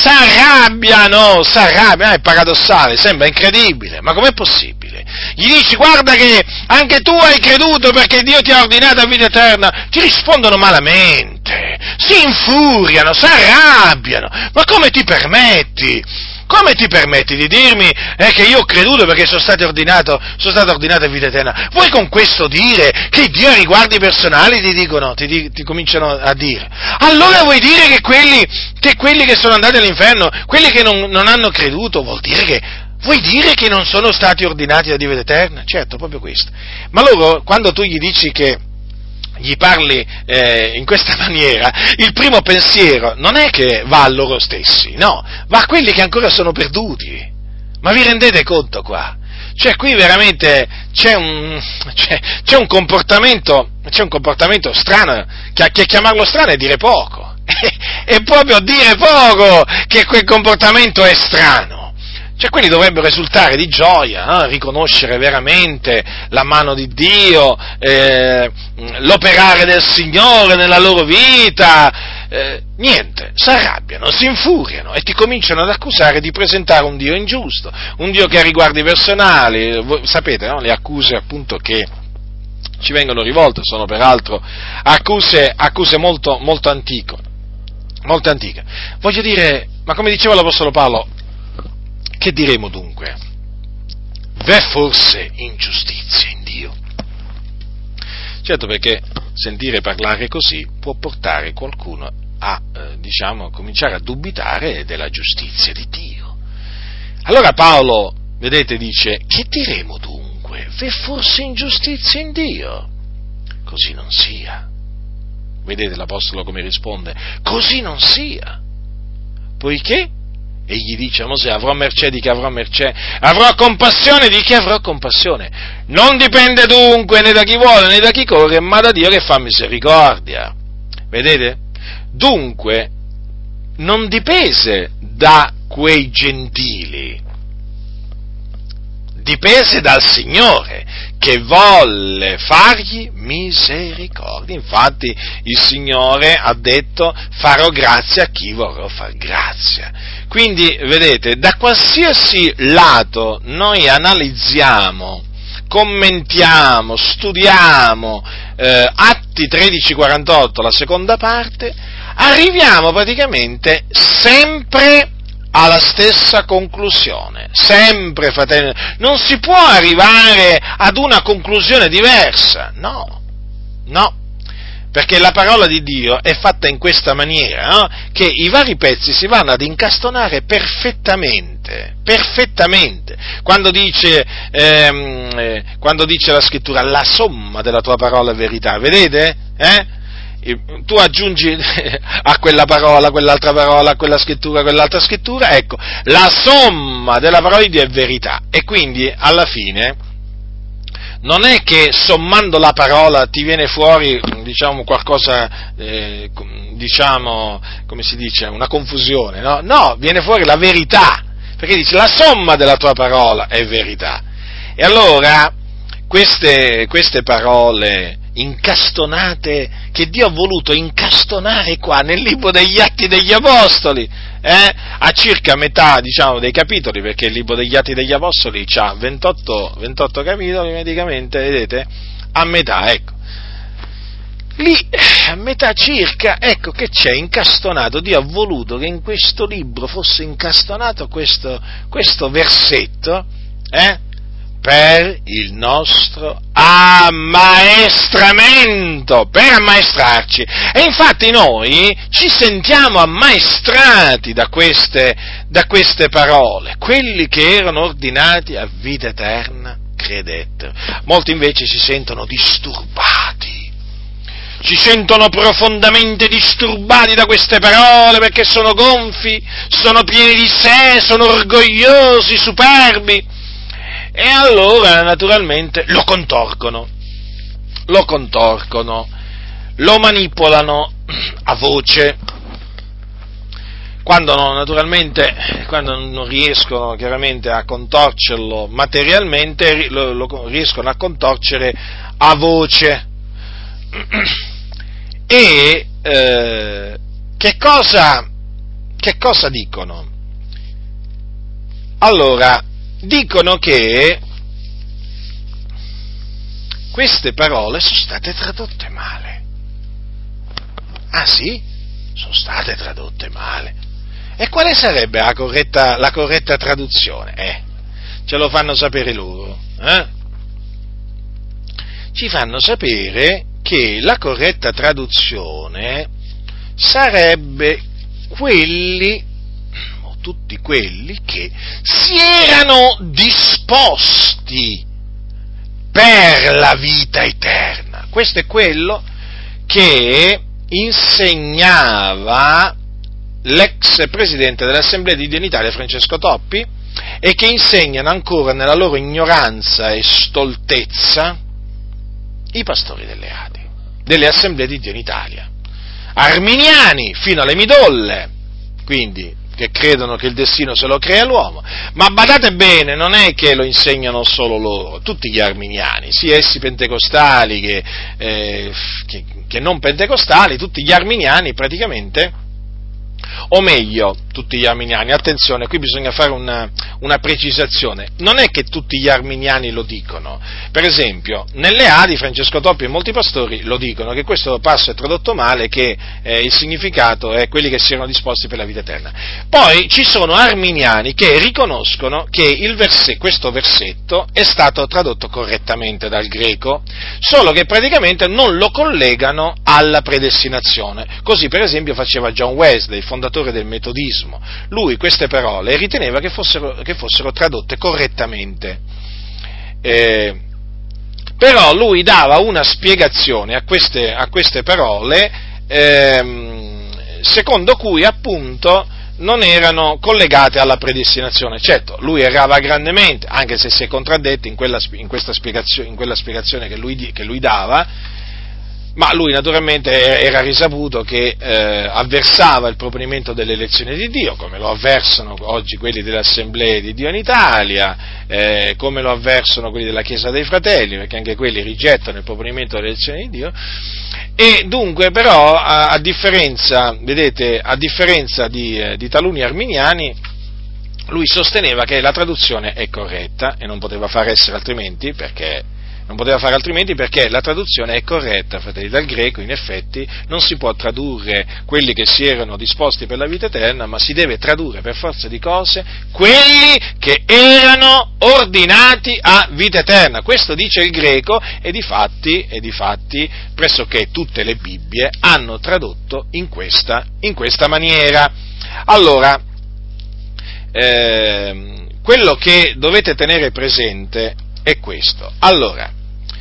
è paradossale, sembra incredibile, ma com'è possibile? Gli dici, guarda che anche tu hai creduto perché Dio ti ha ordinato a vita eterna, ti rispondono malamente, si infuriano, s'arrabbiano, ma come ti permetti? Come ti permetti di dirmi che io ho creduto perché sono stato ordinato a vita eterna? Vuoi con questo dire che Dio ha riguardi personali, ti cominciano a dire? Allora vuoi dire che quelli che sono andati all'inferno, quelli che non hanno creduto, vuoi dire che non sono stati ordinati a vita eterna? Certo, proprio questo. Ma loro, quando tu gli dici che gli parli in questa maniera, il primo pensiero non è che va a loro stessi, no, va a quelli che ancora sono perduti. Ma vi rendete conto qua? Cioè qui veramente c'è un comportamento strano, che chiamarlo strano è dire poco, è proprio dire poco che quel comportamento è strano. Cioè, quelli dovrebbero esultare di gioia, riconoscere veramente la mano di Dio, l'operare del Signore nella loro vita. Niente, si arrabbiano, si infuriano e ti cominciano ad accusare di presentare un Dio ingiusto, un Dio che ha riguardi personali. Voi sapete, no? Le accuse appunto che ci vengono rivolte sono peraltro accuse molto, molto antiche. Voglio dire, ma come diceva l'Apostolo Paolo, che diremo dunque? V'è forse ingiustizia in Dio? Certo, perché sentire parlare così può portare qualcuno a, cominciare a dubitare della giustizia di Dio. Allora Paolo, vedete, dice, che diremo dunque? V'è forse ingiustizia in Dio? Così non sia. Vedete l'Apostolo come risponde? Così non sia. Poiché? Egli dice a Mosè, avrò mercé di chi avrò mercé, avrò compassione di chi avrò compassione. Non dipende dunque né da chi vuole né da chi corre, ma da Dio che fa misericordia. Vedete? Dunque, non dipese da quei gentili, dipese dal Signore, che volle fargli misericordia. Infatti il Signore ha detto, farò grazia a chi vorrò far grazia. Quindi, vedete, da qualsiasi lato noi analizziamo, commentiamo, studiamo Atti 13:48, la seconda parte, arriviamo praticamente sempre alla stessa conclusione, sempre, fratelli, non si può arrivare ad una conclusione diversa, no, perché la parola di Dio è fatta in questa maniera, no? Che i vari pezzi si vanno ad incastonare perfettamente, quando dice la scrittura, la somma della tua parola è verità, vedete? Tu aggiungi a quella parola, quell'altra parola, a quella scrittura, quell'altra scrittura, ecco, la somma della parola di Dio è verità, e quindi alla fine non è che sommando la parola ti viene fuori, qualcosa, come si dice, una confusione, no? No, viene fuori la verità, perché dice la somma della tua parola è verità. E allora queste parole incastonate, che Dio ha voluto incastonare qua nel libro degli Atti degli Apostoli, a circa metà, diciamo, dei capitoli, perché il libro degli Atti degli Apostoli ha 28 capitoli praticamente, vedete, a metà, ecco. Lì, a metà circa, ecco che c'è incastonato, Dio ha voluto che in questo libro fosse incastonato questo versetto, per il nostro ammaestramento, per ammaestrarci. E infatti noi ci sentiamo ammaestrati da queste parole. Quelli che erano ordinati a vita eterna credettero. Molti invece si sentono disturbati. Si sentono profondamente disturbati da queste parole perché sono gonfi, sono pieni di sé, sono orgogliosi, superbi. E allora, naturalmente, lo contorcono, lo manipolano a voce, quando non riescono chiaramente a contorcerlo materialmente, lo riescono a contorcere a voce. E che cosa dicono? Allora, dicono che queste parole sono state tradotte male. Ah sì? Sono state tradotte male. E quale sarebbe la corretta traduzione? Ce lo fanno sapere loro. Ci fanno sapere che la corretta traduzione sarebbe tutti quelli che si erano disposti per la vita eterna. Questo è quello che insegnava l'ex presidente dell'Assemblea di Dio in Italia, Francesco Toppi, e che insegnano ancora nella loro ignoranza e stoltezza i pastori delle Assemblee di Dio in Italia, arminiani fino alle midolle, quindi che credono che il destino se lo crea l'uomo. Ma badate bene, non è che lo insegnano solo loro, tutti gli arminiani, sia essi pentecostali che non pentecostali, tutti gli arminiani praticamente, o meglio, tutti gli arminiani, attenzione, qui bisogna fare una precisazione, non è che tutti gli arminiani lo dicono, per esempio, nelle Adi Francesco Toppi e molti pastori lo dicono, che questo passo è tradotto male, che il significato è quelli che si erano disposti per la vita eterna. Poi ci sono arminiani che riconoscono che questo versetto è stato tradotto correttamente dal greco, solo che praticamente non lo collegano alla predestinazione, così per esempio faceva John Wesley, fondatore del metodismo. Lui queste parole riteneva che fossero tradotte correttamente, però lui dava una spiegazione a queste parole, secondo cui appunto non erano collegate alla predestinazione. Certo, lui errava grandemente, anche se si è contraddetto in quella spiegazione che lui dava. Ma lui naturalmente era risaputo che avversava il proponimento dell'elezione di Dio, come lo avversano oggi quelli delle Assemblee di Dio in Italia, come lo avversano quelli della Chiesa dei Fratelli, perché anche quelli rigettano il proponimento dell'elezione di Dio. E dunque però, a differenza di taluni arminiani, lui sosteneva che la traduzione è corretta e non poteva fare altrimenti perché la traduzione è corretta, fratelli, dal greco. In effetti non si può tradurre quelli che si erano disposti per la vita eterna, ma si deve tradurre per forza di cose quelli che erano ordinati a vita eterna. Questo dice il greco e difatti pressoché tutte le Bibbie hanno tradotto in questa maniera. Allora, quello che dovete tenere presente è questo. Allora,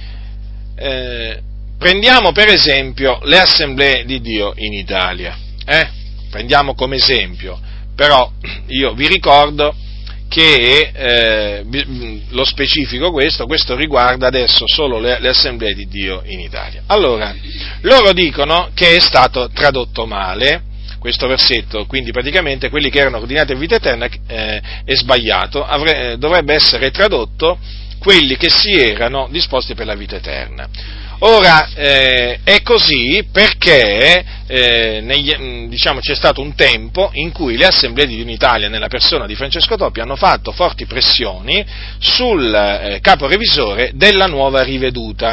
prendiamo per esempio le Assemblee di Dio in Italia, prendiamo come esempio, però io vi ricordo che lo specifico questo riguarda adesso solo le Assemblee di Dio in Italia. Allora, loro dicono che è stato tradotto male questo versetto, quindi praticamente quelli che erano ordinati a vita eterna è sbagliato, dovrebbe essere tradotto quelli che si erano disposti per la vita eterna. Ora, è così perché c'è stato un tempo in cui le Assemblee di Dio in Italia, nella persona di Francesco Toppi, hanno fatto forti pressioni sul caporevisore della Nuova Riveduta,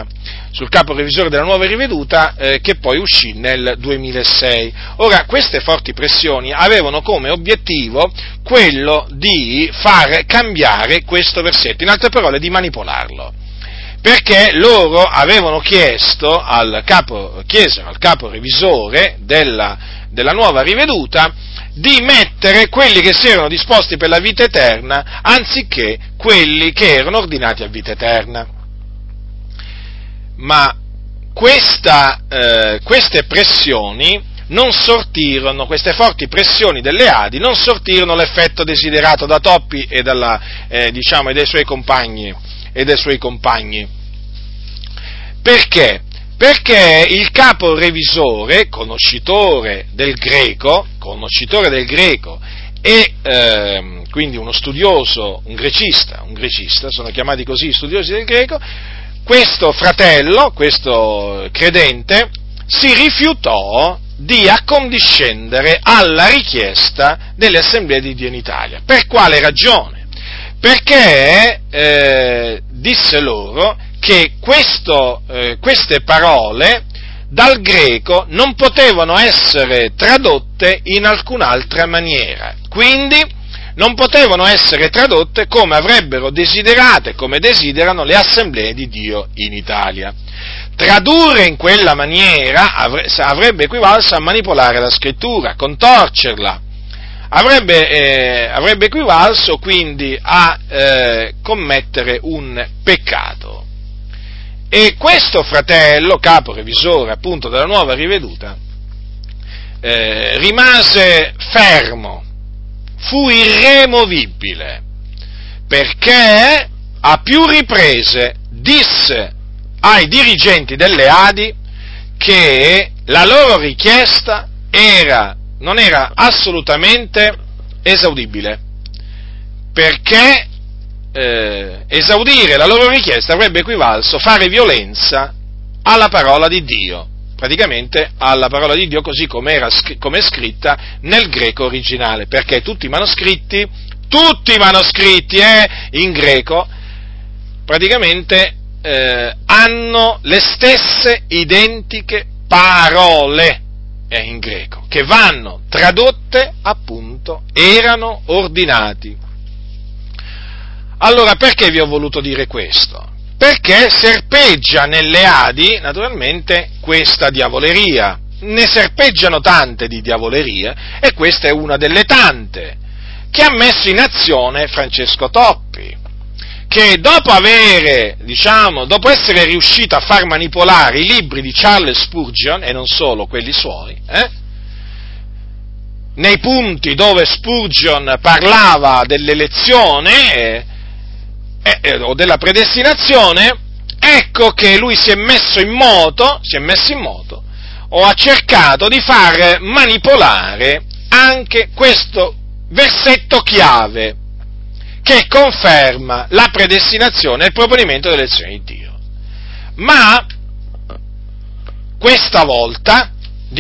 che poi uscì nel 2006. Ora, queste forti pressioni avevano come obiettivo quello di far cambiare questo versetto, in altre parole di manipolarlo. Perché loro avevano chiesto al caporevisore della Nuova Riveduta di mettere quelli che si erano disposti per la vita eterna anziché quelli che erano ordinati a vita eterna. Ma queste pressioni non sortirono, queste forti pressioni delle Adi non sortirono l'effetto desiderato da Toppi e dei suoi compagni. Perché? Perché il caporevisore, conoscitore del greco e quindi uno studioso, un grecista, sono chiamati così studiosi del greco, questo fratello, questo credente, si rifiutò di accondiscendere alla richiesta delle Assemblee di Dio in Italia. Per quale ragione? Perché disse loro che queste parole dal greco non potevano essere tradotte in alcun'altra maniera, quindi non potevano essere tradotte come avrebbero desiderato e come desiderano le Assemblee di Dio in Italia. Tradurre in quella maniera avrebbe equivalso a manipolare la Scrittura, contorcerla. Avrebbe equivalso quindi a commettere un peccato. E questo fratello, caporevisore appunto della Nuova Riveduta, rimase fermo, fu irremovibile, perché a più riprese disse ai dirigenti delle Adi che la loro richiesta non era assolutamente esaudibile, perché esaudire la loro richiesta avrebbe equivalso fare violenza alla parola di Dio, praticamente alla parola di Dio così come è scritta nel greco originale, perché tutti i manoscritti in greco praticamente hanno le stesse identiche parole in greco, che vanno tradotte appunto, erano ordinati. Allora, perché vi ho voluto dire questo? Perché serpeggia nelle Adi, naturalmente, questa diavoleria. Ne serpeggiano tante di diavolerie, e questa è una delle tante che ha messo in azione Francesco Toppi, che dopo essere riuscito a far manipolare i libri di Charles Spurgeon, e non solo quelli suoi, nei punti dove Spurgeon parlava dell'elezione o della predestinazione, ecco che lui si è messo in moto, o ha cercato di far manipolare anche questo versetto chiave, che conferma la predestinazione e il proponimento dell'elezione di Dio. Ma questa volta,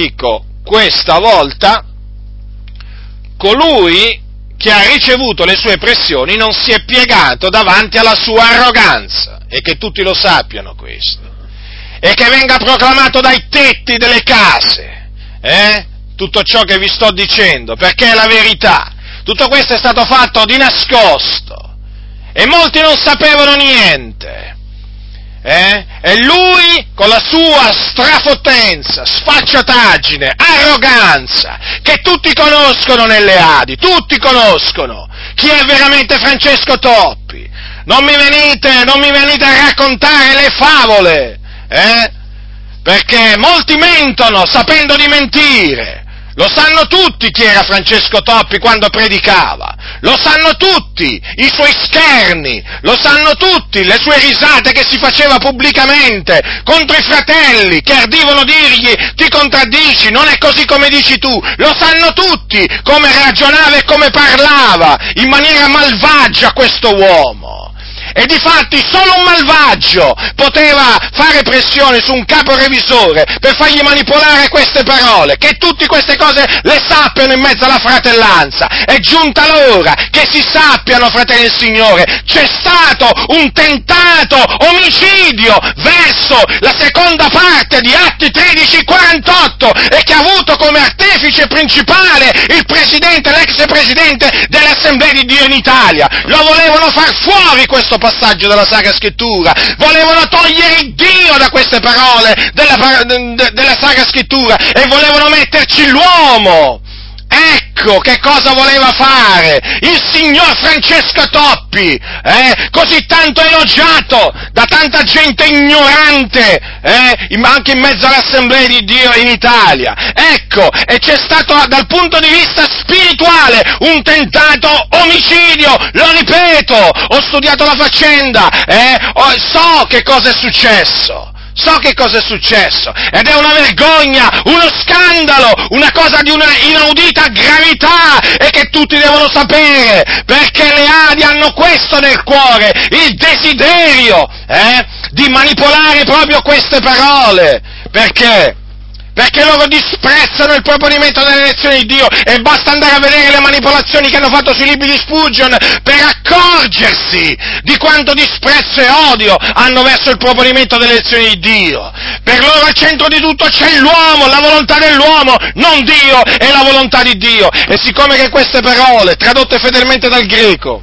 colui che ha ricevuto le sue pressioni non si è piegato davanti alla sua arroganza, e che tutti lo sappiano questo, e che venga proclamato dai tetti delle case, tutto ciò che vi sto dicendo, perché è la verità. Tutto questo è stato fatto di nascosto, e molti non sapevano niente, e lui, con la sua strafottenza, sfacciataggine, arroganza, che tutti conoscono nelle Adi, tutti conoscono chi è veramente Francesco Toppi. Non mi venite a raccontare le favole, perché molti mentono sapendo di mentire. Lo sanno tutti chi era Francesco Toppi quando predicava, lo sanno tutti i suoi scherni, lo sanno tutti le sue risate che si faceva pubblicamente contro i fratelli che ardivano dirgli: ti contraddici, non è così come dici tu. Lo sanno tutti come ragionava e come parlava in maniera malvagia questo uomo. E difatti solo un malvagio poteva fare pressione su un capo revisore per fargli manipolare queste parole, che tutte queste cose le sappiano in mezzo alla fratellanza. È giunta l'ora che si sappiano, fratelli del Signore, c'è stato un tentato omicidio verso la seconda parte di Atti 13:48 e che ha avuto come artefice principale il presidente, l'ex presidente dell'Assemblea di Dio in Italia. Lo volevano far fuori questo passaggio della Sacra Scrittura, volevano togliere Dio da queste parole della Sacra Scrittura e volevano metterci l'uomo. Ecco che cosa voleva fare il signor Francesco Toppi, così tanto elogiato da tanta gente ignorante, anche in mezzo all'Assemblea di Dio in Italia. Ecco, e c'è stato dal punto di vista spirituale un tentato omicidio, lo ripeto, ho studiato la faccenda, so che cosa è successo. So che cosa è successo, ed è una vergogna, uno scandalo, una cosa di una inaudita gravità, e che tutti devono sapere, perché le Adi hanno questo nel cuore, il desiderio, di manipolare proprio queste parole. Perché? Perché loro disprezzano il proponimento delle elezioni di Dio, e basta andare a vedere le manipolazioni che hanno fatto sui libri di Spurgeon per accorgersi di quanto disprezzo e odio hanno verso il proponimento delle elezioni di Dio. Per loro al centro di tutto c'è l'uomo, la volontà dell'uomo, non Dio e la volontà di Dio. E siccome che queste parole, tradotte fedelmente dal greco,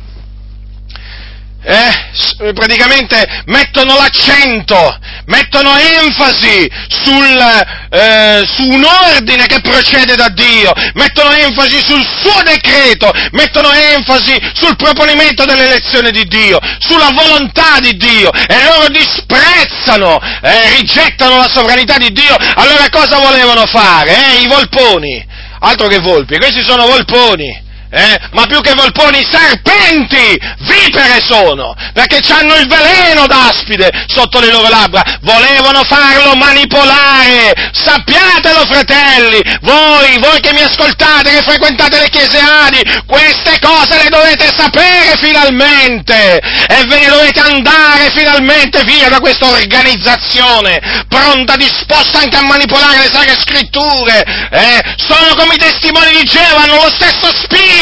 praticamente mettono l'accento, mettono enfasi su un ordine che procede da Dio, mettono enfasi sul suo decreto, mettono enfasi sul proponimento dell'elezione di Dio, sulla volontà di Dio, e loro disprezzano, rigettano la sovranità di Dio. Allora cosa volevano fare? I volponi, altro che volpi, questi sono volponi. Ma più che volponi, serpenti, vipere sono, perché hanno il veleno d'aspide sotto le loro labbra. Volevano farlo manipolare, sappiatelo, fratelli, voi che mi ascoltate, che frequentate le chiese Adi, queste cose le dovete sapere finalmente, e ve ne dovete andare finalmente via da questa organizzazione, pronta, disposta anche a manipolare le Sacre Scritture. Sono come i testimoni di Geova, hanno lo stesso spirito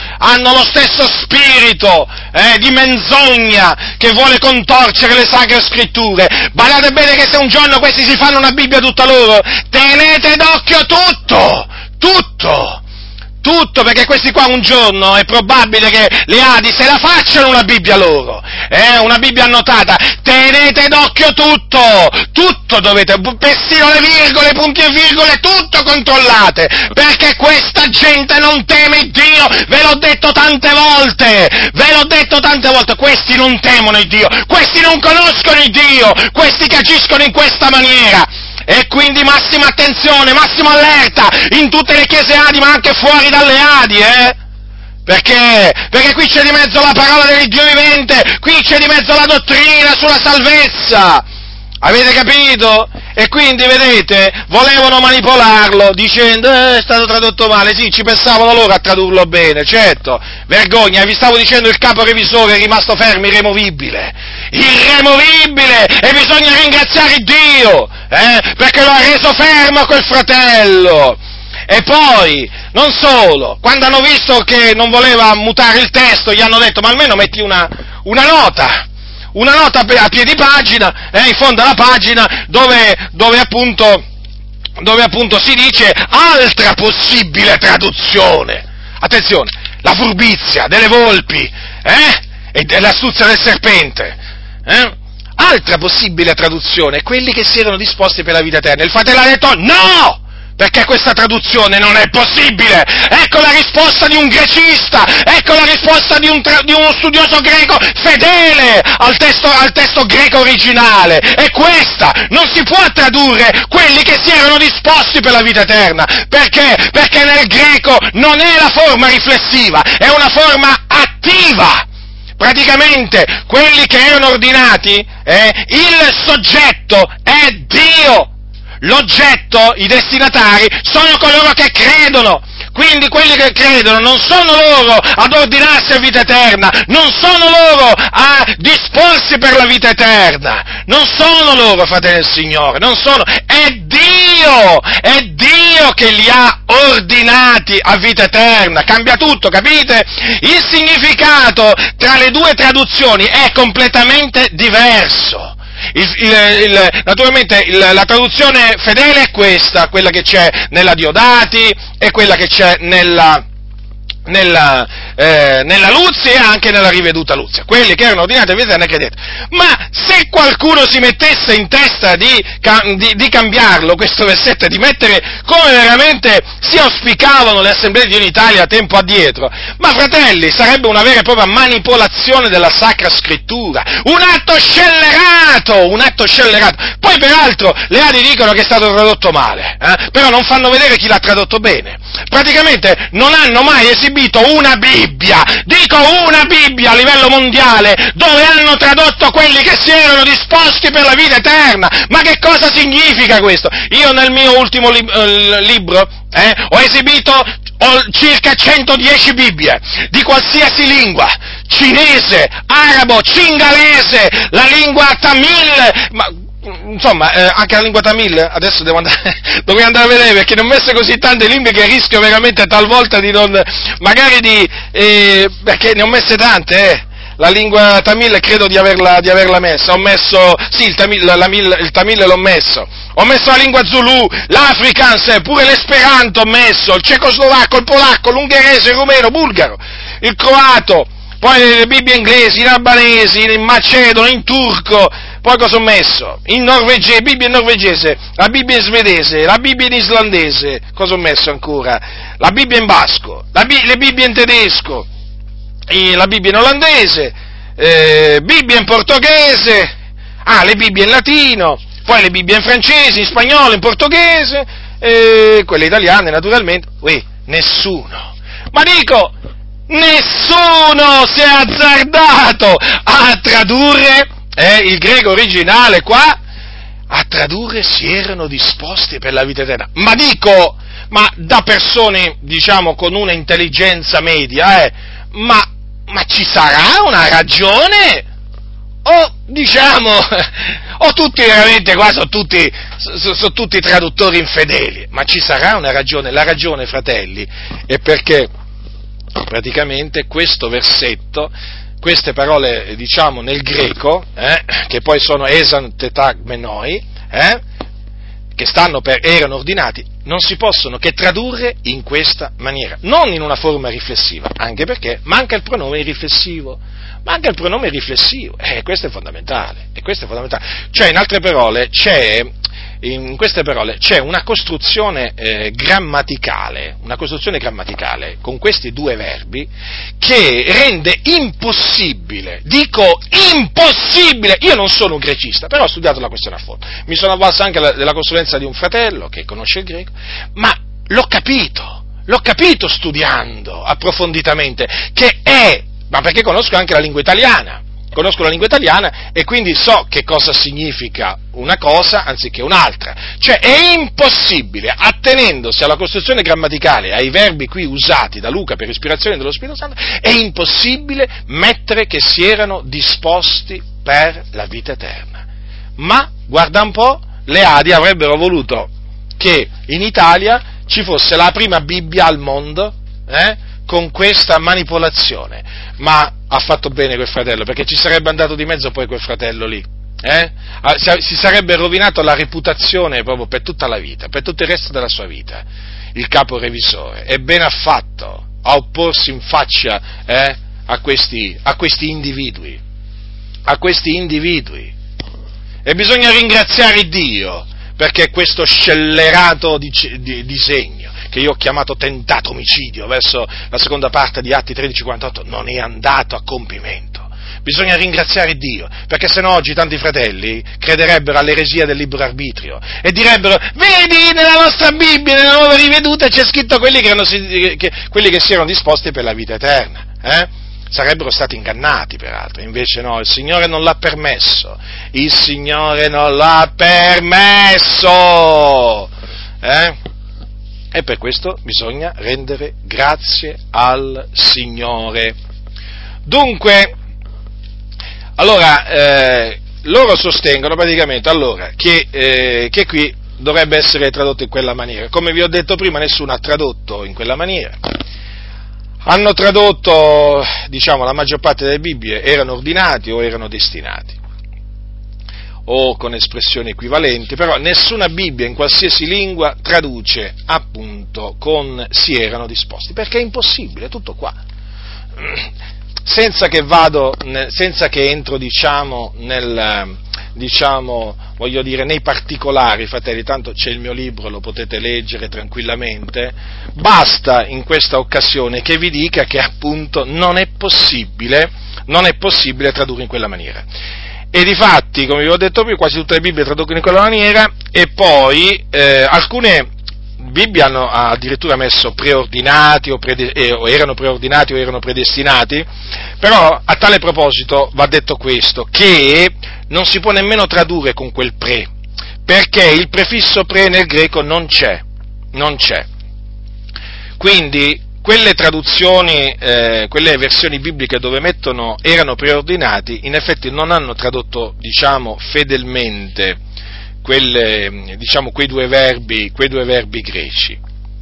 di menzogna che vuole contorcere le Sacre Scritture. Badate bene che se un giorno questi si fanno una Bibbia tutta loro, tenete d'occhio tutto, perché questi qua un giorno è probabile che le Adi se la facciano una Bibbia loro, una Bibbia annotata. Tenete d'occhio tutto dovete, persino le virgole, punti e virgole, tutto controllate, perché questa gente non teme Dio, ve l'ho detto tante volte, questi non temono il Dio, questi non conoscono il Dio, questi che agiscono in questa maniera. E quindi massima attenzione, massima allerta in tutte le chiese Adi, ma anche fuori dalle Adi, Perché qui c'è di mezzo la parola del Dio vivente, qui c'è di mezzo la dottrina sulla salvezza. Avete capito? E quindi, vedete, volevano manipolarlo dicendo, è stato tradotto male. Sì, ci pensavano loro a tradurlo bene, certo. Vergogna, vi stavo dicendo, il capo revisore è rimasto fermo, irremovibile, e bisogna ringraziare Dio, perché lo ha reso fermo quel fratello. E poi, non solo, quando hanno visto che non voleva mutare il testo, gli hanno detto, ma almeno metti una nota a piedi pagina, in fondo alla pagina, dove appunto si dice altra possibile traduzione. Attenzione, la furbizia delle volpi, e l'astuzia del serpente, altra possibile traduzione, quelli che si erano disposti per la vita eterna. Il fratello ha detto no! Perché questa traduzione non è possibile. Ecco la risposta di un grecista, ecco la risposta di uno studioso greco fedele al testo greco originale. È questa, non si può tradurre quelli che si erano disposti per la vita eterna. Perché? Perché nel greco non è la forma riflessiva, è una forma attiva. Praticamente, quelli che erano ordinati, il soggetto è Dio. L'oggetto, i destinatari, sono coloro che credono. Quindi quelli che credono non sono loro ad ordinarsi a vita eterna, non sono loro a disporsi per la vita eterna, non sono loro, fratelli del Signore, non sono, è Dio che li ha ordinati a vita eterna. Cambia tutto, capite? Il significato tra le due traduzioni è completamente diverso. Naturalmente la traduzione fedele è questa, quella che c'è nella Diodati e quella che c'è nella Luzzi e anche nella riveduta Luzia, quelli che erano ordinati a vita eterna e credete. Ma se qualcuno si mettesse in testa di cambiarlo, questo versetto, e di mettere come veramente si auspicavano le assemblee di Dio in Italia tempo addietro, ma fratelli, sarebbe una vera e propria manipolazione della Sacra Scrittura, un atto scellerato. Poi peraltro le Adi dicono che è stato tradotto male, però non fanno vedere chi l'ha tradotto bene. Praticamente non hanno mai esibito una Bibbia, dico una Bibbia a livello mondiale, dove hanno tradotto quelli che si erano disposti per la vita eterna. Ma che cosa significa questo? Io nel mio ultimo libro ho esibito circa 110 Bibbie, di qualsiasi lingua, cinese, arabo, cingalese, la lingua tamil, ma insomma, anche la lingua tamil, adesso dovrei andare a vedere, perché ne ho messe così tante lingue che rischio veramente talvolta di non, perché ne ho messe tante, La lingua tamil credo di averla messa, ho messo, sì, il tamil l'ho messo, ho messo la lingua zulu, l'afrikaans, pure l'esperanto ho messo, il cecoslovacco, il polacco, l'ungherese, il rumeno, bulgaro, il croato, poi le Bibbie inglesi, in albanese, in macedono, in turco. Poi cosa ho messo? Bibbia in norvegese, la Bibbia in svedese, la Bibbia in islandese, cosa ho messo ancora? La Bibbia in basco, le Bibbie in tedesco, la Bibbia in olandese, Bibbia in portoghese, le Bibbie in latino, poi le Bibbie in francese, in spagnolo, in portoghese, quelle italiane naturalmente. Nessuno si è azzardato a tradurre il greco originale qua, a tradurre si erano disposti per la vita eterna. Ma da persone, diciamo, con una intelligenza media, ma ci sarà una ragione? O, diciamo, o tutti veramente qua sono tutti traduttori infedeli? Ma ci sarà una ragione? La ragione, fratelli, è perché praticamente questo versetto, queste parole, diciamo, nel greco, che poi sono esan tetag menoi, che stanno per erano ordinati, non si possono che tradurre in questa maniera, non in una forma riflessiva, anche perché manca il pronome riflessivo, questo è fondamentale, cioè in altre parole in queste parole c'è una costruzione grammaticale con questi due verbi che rende impossibile, io non sono un grecista, però ho studiato la questione a fondo, mi sono avvalso anche della consulenza di un fratello che conosce il greco, ma l'ho capito studiando approfonditamente, ma perché conosco anche la lingua italiana e quindi so che cosa significa una cosa anziché un'altra. Cioè è impossibile, attenendosi alla costruzione grammaticale, ai verbi qui usati da Luca per ispirazione dello Spirito Santo, è impossibile mettere che si erano disposti per la vita eterna. Ma, guarda un po', le Adi avrebbero voluto che in Italia ci fosse la prima Bibbia al mondo, con questa manipolazione, ma ha fatto bene quel fratello, perché ci sarebbe andato di mezzo poi quel fratello lì, si sarebbe rovinato la reputazione proprio per tutta la vita, per tutto il resto della sua vita, il capo revisore, e bene ha fatto a opporsi in faccia a questi individui, e bisogna ringraziare Dio, perché questo scellerato disegno, che io ho chiamato tentato omicidio, verso la seconda parte di Atti 13:48, non è andato a compimento. Bisogna ringraziare Dio, perché sennò oggi tanti fratelli crederebbero all'eresia del libero arbitrio e direbbero: vedi, nella nostra Bibbia, nella nuova riveduta, c'è scritto quelli che si erano disposti per la vita eterna, Sarebbero stati ingannati, peraltro, invece no, il Signore non l'ha permesso, E per questo bisogna rendere grazie al Signore. Dunque, allora, loro sostengono praticamente allora che qui dovrebbe essere tradotto in quella maniera. Come vi ho detto prima, nessuno ha tradotto in quella maniera. Hanno tradotto, la maggior parte delle Bibbie erano ordinati o erano destinati, o con espressioni equivalenti, però nessuna Bibbia in qualsiasi lingua traduce appunto con si erano disposti, perché è impossibile, è tutto qua. Senza che entro, nei particolari, fratelli, tanto c'è il mio libro, lo potete leggere tranquillamente, basta in questa occasione che vi dica che appunto non è possibile tradurre in quella maniera. E difatti, come vi ho detto prima, quasi tutte le Bibbie traducono in quella maniera, e poi alcune Bibbie hanno addirittura messo preordinati o erano preordinati o erano predestinati, però a tale proposito va detto questo, che non si può nemmeno tradurre con quel pre, perché il prefisso pre nel greco non c'è. Quindi quelle traduzioni, quelle versioni bibliche dove mettono erano preordinati, in effetti non hanno tradotto, fedelmente quei due verbi grechi.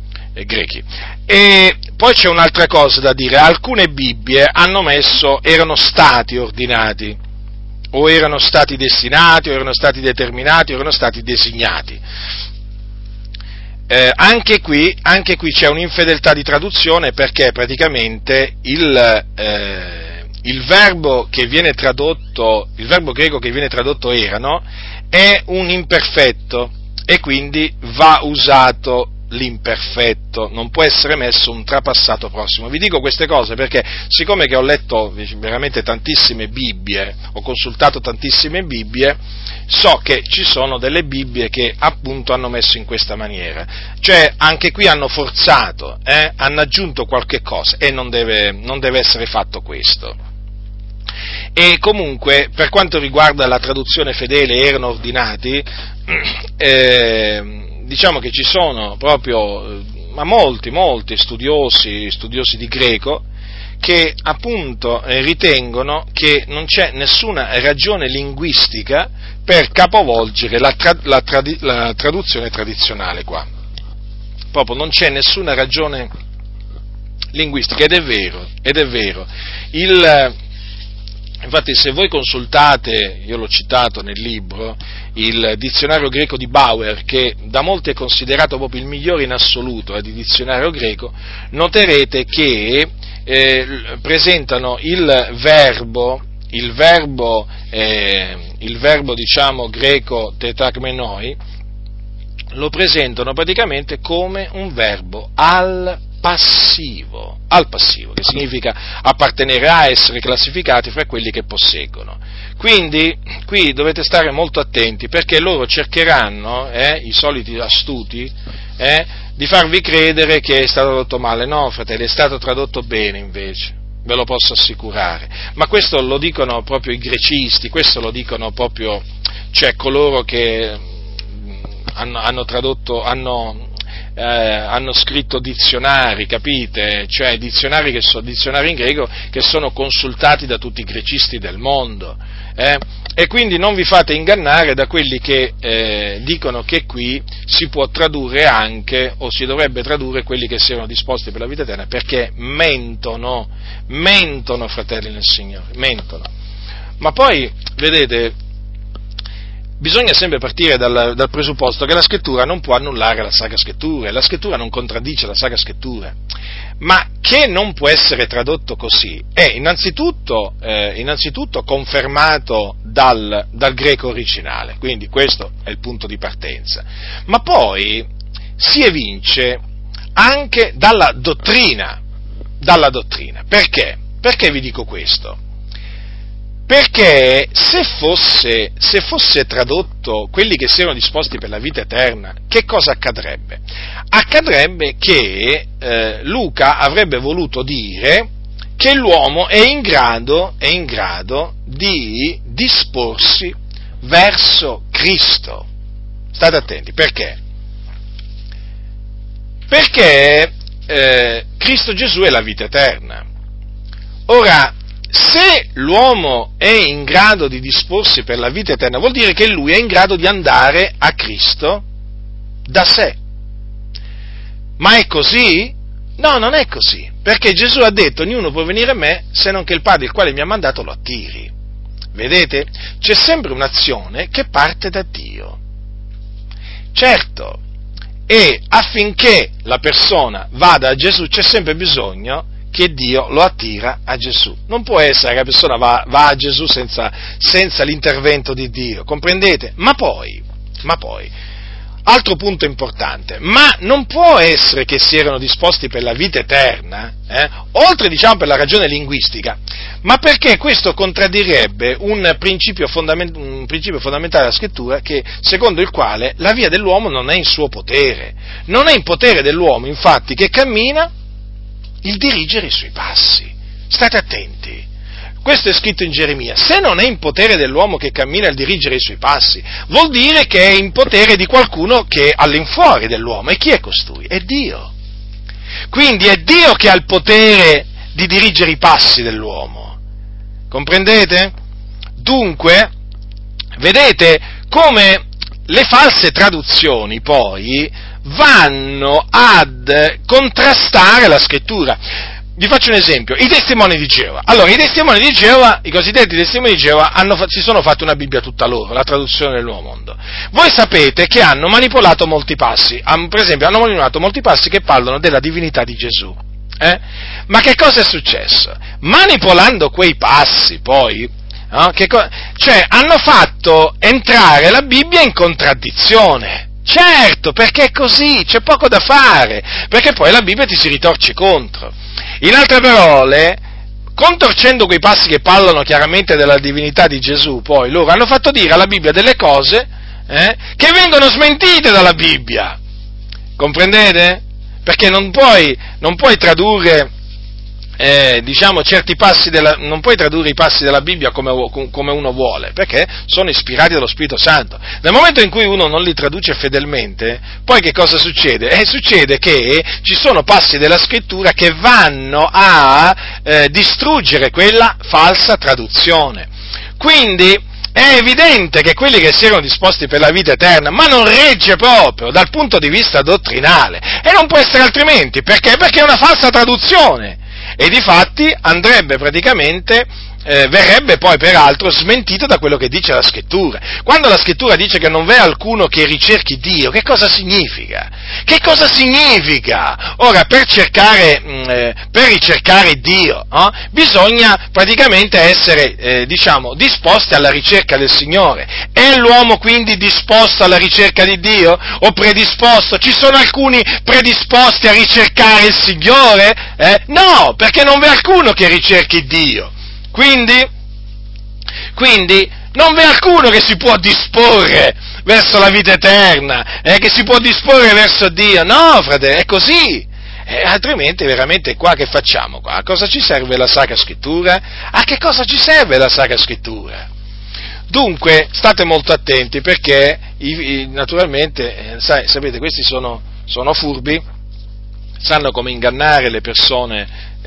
E poi c'è un'altra cosa da dire: alcune Bibbie hanno messo erano stati ordinati, o erano stati destinati, o erano stati determinati, o erano stati designati. Anche qui c'è un'infedeltà di traduzione, perché praticamente il verbo greco che viene tradotto erano è un imperfetto, e quindi va usato l'imperfetto, non può essere messo un trapassato prossimo. Vi dico queste cose perché, siccome che ho letto veramente tantissime Bibbie, ho consultato tantissime Bibbie, so che ci sono delle Bibbie che appunto hanno messo in questa maniera, cioè anche qui hanno forzato, hanno aggiunto qualche cosa, e non deve essere fatto questo. E comunque, per quanto riguarda la traduzione fedele erano ordinati, diciamo che ci sono proprio molti studiosi di greco che appunto ritengono che non c'è nessuna ragione linguistica per capovolgere la traduzione tradizionale qua. Proprio non c'è nessuna ragione linguistica, ed è vero. Infatti, se voi consultate, io l'ho citato nel libro, il dizionario greco di Bauer, che da molti è considerato proprio il migliore in assoluto di dizionario greco, noterete che presentano il verbo greco tetragmenoi, lo presentano praticamente come un verbo al passivo, che significa appartenere a, essere classificati fra quelli che posseggono. Quindi qui dovete stare molto attenti, perché loro cercheranno, i soliti astuti, di farvi credere che è stato tradotto male. No, fratelli, è stato tradotto bene invece, ve lo posso assicurare. Ma questo lo dicono proprio i grecisti, questo lo dicono proprio, cioè, coloro che hanno tradotto, hanno scritto dizionari, capite? Cioè dizionari in greco che sono consultati da tutti i grecisti del mondo. E quindi non vi fate ingannare da quelli che dicono che qui si può tradurre anche, o si dovrebbe tradurre, quelli che siano disposti per la vita eterna, perché mentono, fratelli nel Signore, mentono. Ma poi, vedete, bisogna sempre partire dal presupposto che la Scrittura non può annullare la Sacra Scrittura, e la Scrittura non contraddice la Sacra Scrittura, ma che non può essere tradotto così è innanzitutto confermato dal greco originale, quindi questo è il punto di partenza, ma poi si evince anche dalla dottrina. Perché? Perché vi dico questo? Perché se fosse tradotto quelli che siano disposti per la vita eterna, che cosa accadrebbe? Accadrebbe che Luca avrebbe voluto dire che l'uomo è in grado di disporsi verso Cristo. State attenti, perché? Perché Cristo Gesù è la vita eterna. Ora, se l'uomo è in grado di disporsi per la vita eterna, vuol dire che lui è in grado di andare a Cristo da sé. Ma è così? No, non è così, perché Gesù ha detto: ognuno può venire a me se non che il Padre, il quale mi ha mandato, lo attiri. Vedete? C'è sempre un'azione che parte da Dio. Certo, e affinché la persona vada a Gesù c'è sempre bisogno che Dio lo attira a Gesù. Non può essere che la persona va a Gesù senza l'intervento di Dio, comprendete? Ma poi, altro punto importante, ma non può essere che si erano disposti per la vita eterna, oltre per la ragione linguistica, ma perché questo contraddirebbe un principio fondamentale della Scrittura, secondo il quale la via dell'uomo non è in suo potere. Non è in potere dell'uomo, infatti, che cammina, il dirigere i suoi passi. State attenti. Questo è scritto in Geremia. Se non è in potere dell'uomo che cammina a dirigere i suoi passi, vuol dire che è in potere di qualcuno che è all'infuori dell'uomo. E chi è costui? È Dio. Quindi è Dio che ha il potere di dirigere i passi dell'uomo. Comprendete? Dunque, vedete come le false traduzioni poi vanno ad contrastare la Scrittura. Vi faccio un esempio: i testimoni di Geova. Allora, i testimoni di Geova, i cosiddetti testimoni di Geova, si sono fatti una Bibbia tutta loro, la traduzione del Nuovo Mondo. Voi sapete che hanno manipolato molti passi, per esempio hanno manipolato molti passi che parlano della divinità di Gesù. Ma che cosa è successo? Manipolando quei passi, poi, hanno fatto entrare la Bibbia in contraddizione. Certo, perché è così, c'è poco da fare, perché poi la Bibbia ti si ritorce contro. In altre parole, contorcendo quei passi che parlano chiaramente della divinità di Gesù, poi loro hanno fatto dire alla Bibbia delle cose che vengono smentite dalla Bibbia. Comprendete? Perché non puoi tradurre certi passi non puoi tradurre i passi della Bibbia come uno vuole, perché sono ispirati dallo Spirito Santo. Nel momento in cui uno non li traduce fedelmente, poi che cosa succede? Succede che ci sono passi della Scrittura che vanno a distruggere quella falsa traduzione. Quindi è evidente che quelli che si erano disposti per la vita eterna, ma non regge proprio dal punto di vista dottrinale, e non può essere altrimenti, perché? Perché è una falsa traduzione. E difatti andrebbe praticamente, verrebbe poi peraltro smentito da quello che dice la Scrittura. Quando la Scrittura dice che non v'è alcuno che ricerchi Dio, che cosa significa? Che cosa significa? Ora, per ricercare Dio, bisogna praticamente essere, disposti alla ricerca del Signore. È l'uomo quindi disposto alla ricerca di Dio? O predisposto? Ci sono alcuni predisposti a ricercare il Signore? No, perché non v'è alcuno che ricerchi Dio. Quindi non v'è alcuno che si può disporre verso la vita eterna, che si può disporre verso Dio. No, fratello, è così. Altrimenti veramente qua che facciamo? Qua? A cosa ci serve la Sacra Scrittura? A che cosa ci serve la Sacra Scrittura? Dunque, state molto attenti, perché naturalmente, sapete, questi sono furbi, sanno come ingannare le persone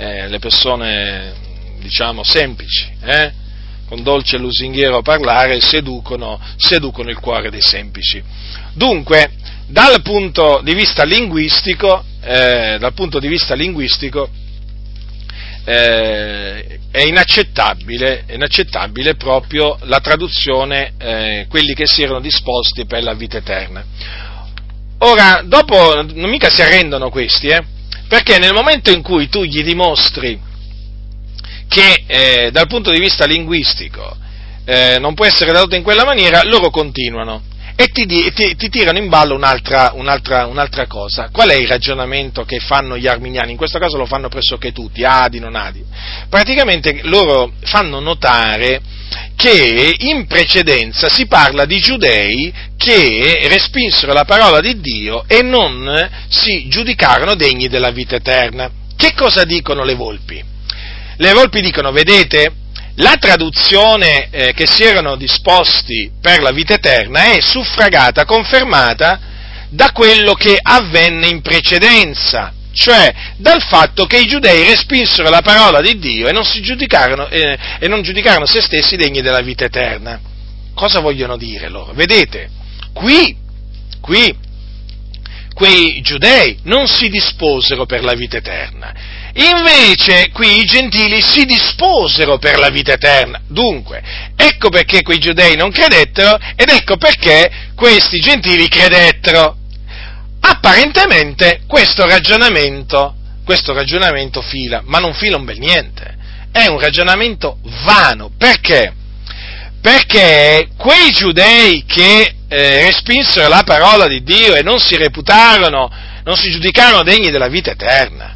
semplici, con dolce lusinghiero parlare seducono il cuore dei semplici. Dunque, dal punto di vista linguistico è inaccettabile proprio la traduzione, quelli che si erano disposti per la vita eterna. Ora, dopo, non mica si arrendono questi, perché nel momento in cui tu gli dimostri che dal punto di vista linguistico non può essere tradotto in quella maniera, loro continuano e ti tirano in ballo un'altra cosa. Qual è il ragionamento che fanno gli arminiani? In questo caso lo fanno pressoché tutti, adi, non adi. Praticamente loro fanno notare che in precedenza si parla di giudei che respinsero la parola di Dio e non si giudicarono degni della vita eterna. Che cosa dicono le volpi? Le volpi dicono: vedete, la traduzione che si erano disposti per la vita eterna è suffragata, confermata da quello che avvenne in precedenza, cioè dal fatto che i giudei respinsero la parola di Dio e non giudicarono se stessi degni della vita eterna. Cosa vogliono dire loro? Vedete, qui quei giudei non si disposero per la vita eterna, invece qui i gentili si disposero per la vita eterna. Dunque, ecco perché quei giudei non credettero ed ecco perché questi gentili credettero. Apparentemente questo ragionamento fila, ma non fila un bel niente, è un ragionamento vano. Perché? Perché quei giudei che respinsero la parola di Dio e non si giudicarono degni della vita eterna,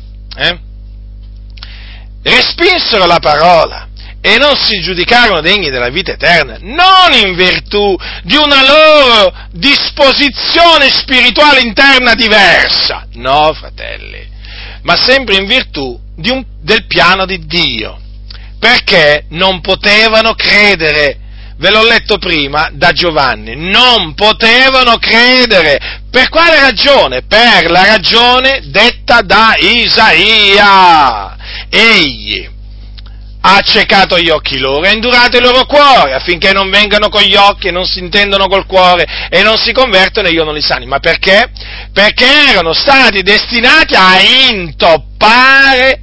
respinsero la parola e non si giudicarono degni della vita eterna, non in virtù di una loro disposizione spirituale interna diversa, no, fratelli, ma sempre in virtù del piano di Dio, perché non potevano credere. Ve l'ho letto prima da Giovanni, non potevano credere. Per quale ragione? Per la ragione detta da Isaia. Egli ha accecato gli occhi loro e indurato il loro cuore, affinché non vengano con gli occhi e non si intendono col cuore e non si convertono e io non li sani. Ma perché? Perché erano stati destinati a intoppare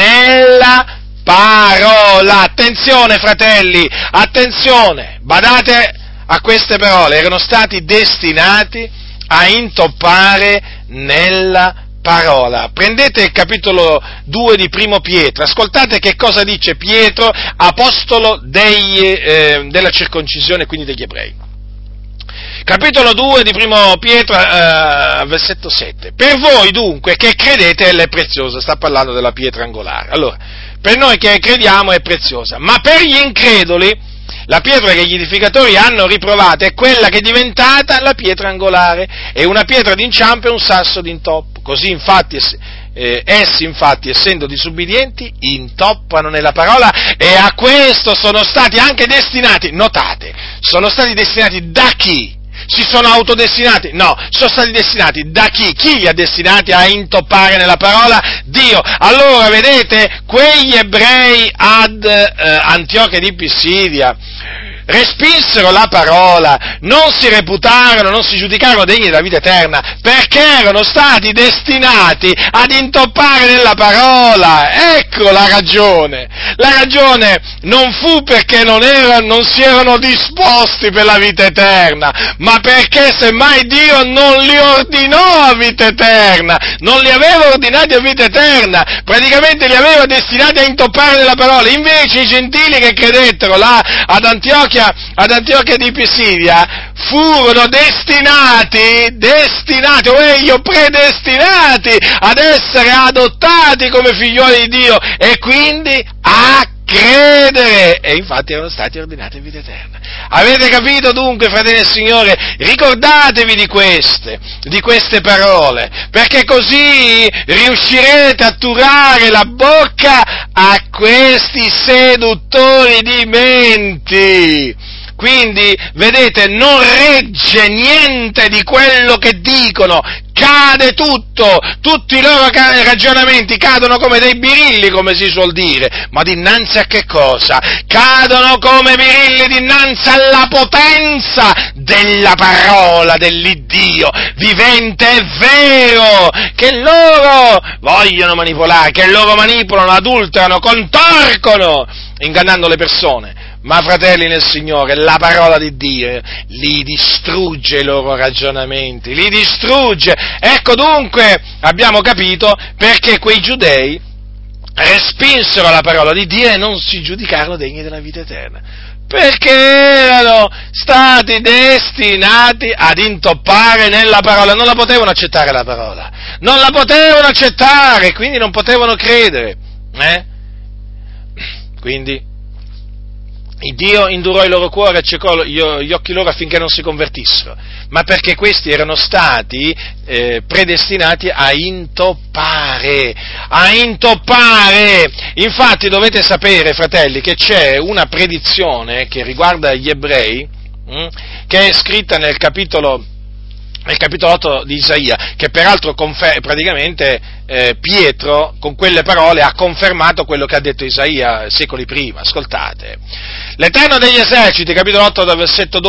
nella parola. Attenzione, fratelli, attenzione, badate a queste parole, erano stati destinati a intoppare nella parola. Prendete il capitolo 2 di Primo Pietro, ascoltate che cosa dice Pietro, apostolo della circoncisione, quindi degli ebrei. Capitolo 2 di Primo Pietro, versetto 7. Per voi dunque che credete ella è preziosa, sta parlando della pietra angolare. Allora, per noi che crediamo è preziosa, ma per gli increduli la pietra che gli edificatori hanno riprovata è quella che è diventata la pietra angolare, e una pietra d'inciampo e un sasso d'intoppo. Così infatti essi infatti, essendo disubbidienti, intoppano nella parola e a questo sono stati anche destinati. Notate, sono stati destinati da chi? Si sono autodestinati? No, sono stati destinati da chi? Chi li ha destinati a intoppare nella parola? Dio. Allora, vedete, quegli ebrei ad Antiochia di Pisidia respinsero la parola, non si reputarono, non si giudicarono degni della vita eterna, perché erano stati destinati ad intoppare nella parola. Ecco la ragione. La ragione non fu perché non si erano disposti per la vita eterna, ma perché semmai Dio non li ordinò a vita eterna, non li aveva ordinati a vita eterna, praticamente li aveva destinati a intoppare nella parola. Invece i gentili che credettero là ad Antiochia di Pisidia furono destinati, o meglio predestinati ad essere adottati come figlioli di Dio e quindi a credere, e infatti erano stati ordinati in vita eterna. Avete capito dunque, fratelli del Signore? Ricordatevi di queste parole, perché così riuscirete a turare la bocca a questi seduttori di menti. Quindi, vedete, non regge niente di quello che dicono, cade tutto, tutti i loro ragionamenti cadono come dei birilli, come si suol dire, ma dinanzi a che cosa? Cadono come birilli dinanzi alla potenza della parola dell'Iddio vivente e vero, che loro vogliono manipolare, che loro manipolano, adulterano, contorcono, ingannando le persone. Ma fratelli nel Signore, la parola di Dio li distrugge i loro ragionamenti, li distrugge. Ecco dunque, abbiamo capito perché quei giudei respinsero la parola di Dio e non si giudicarono degni della vita eterna. Perché erano stati destinati ad intoppare nella parola, non la potevano accettare la parola, non la potevano accettare, quindi non potevano credere. Quindi il Dio indurò il loro cuore e accecò gli occhi loro affinché non si convertissero, ma perché questi erano stati predestinati a intoppare. Infatti dovete sapere, fratelli, che c'è una predizione che riguarda gli ebrei, che è scritta nel capitolo nel capitolo 8 di Isaia, che peraltro praticamente Pietro con quelle parole ha confermato quello che ha detto Isaia secoli prima. Ascoltate, l'Eterno degli eserciti, capitolo 8 dal versetto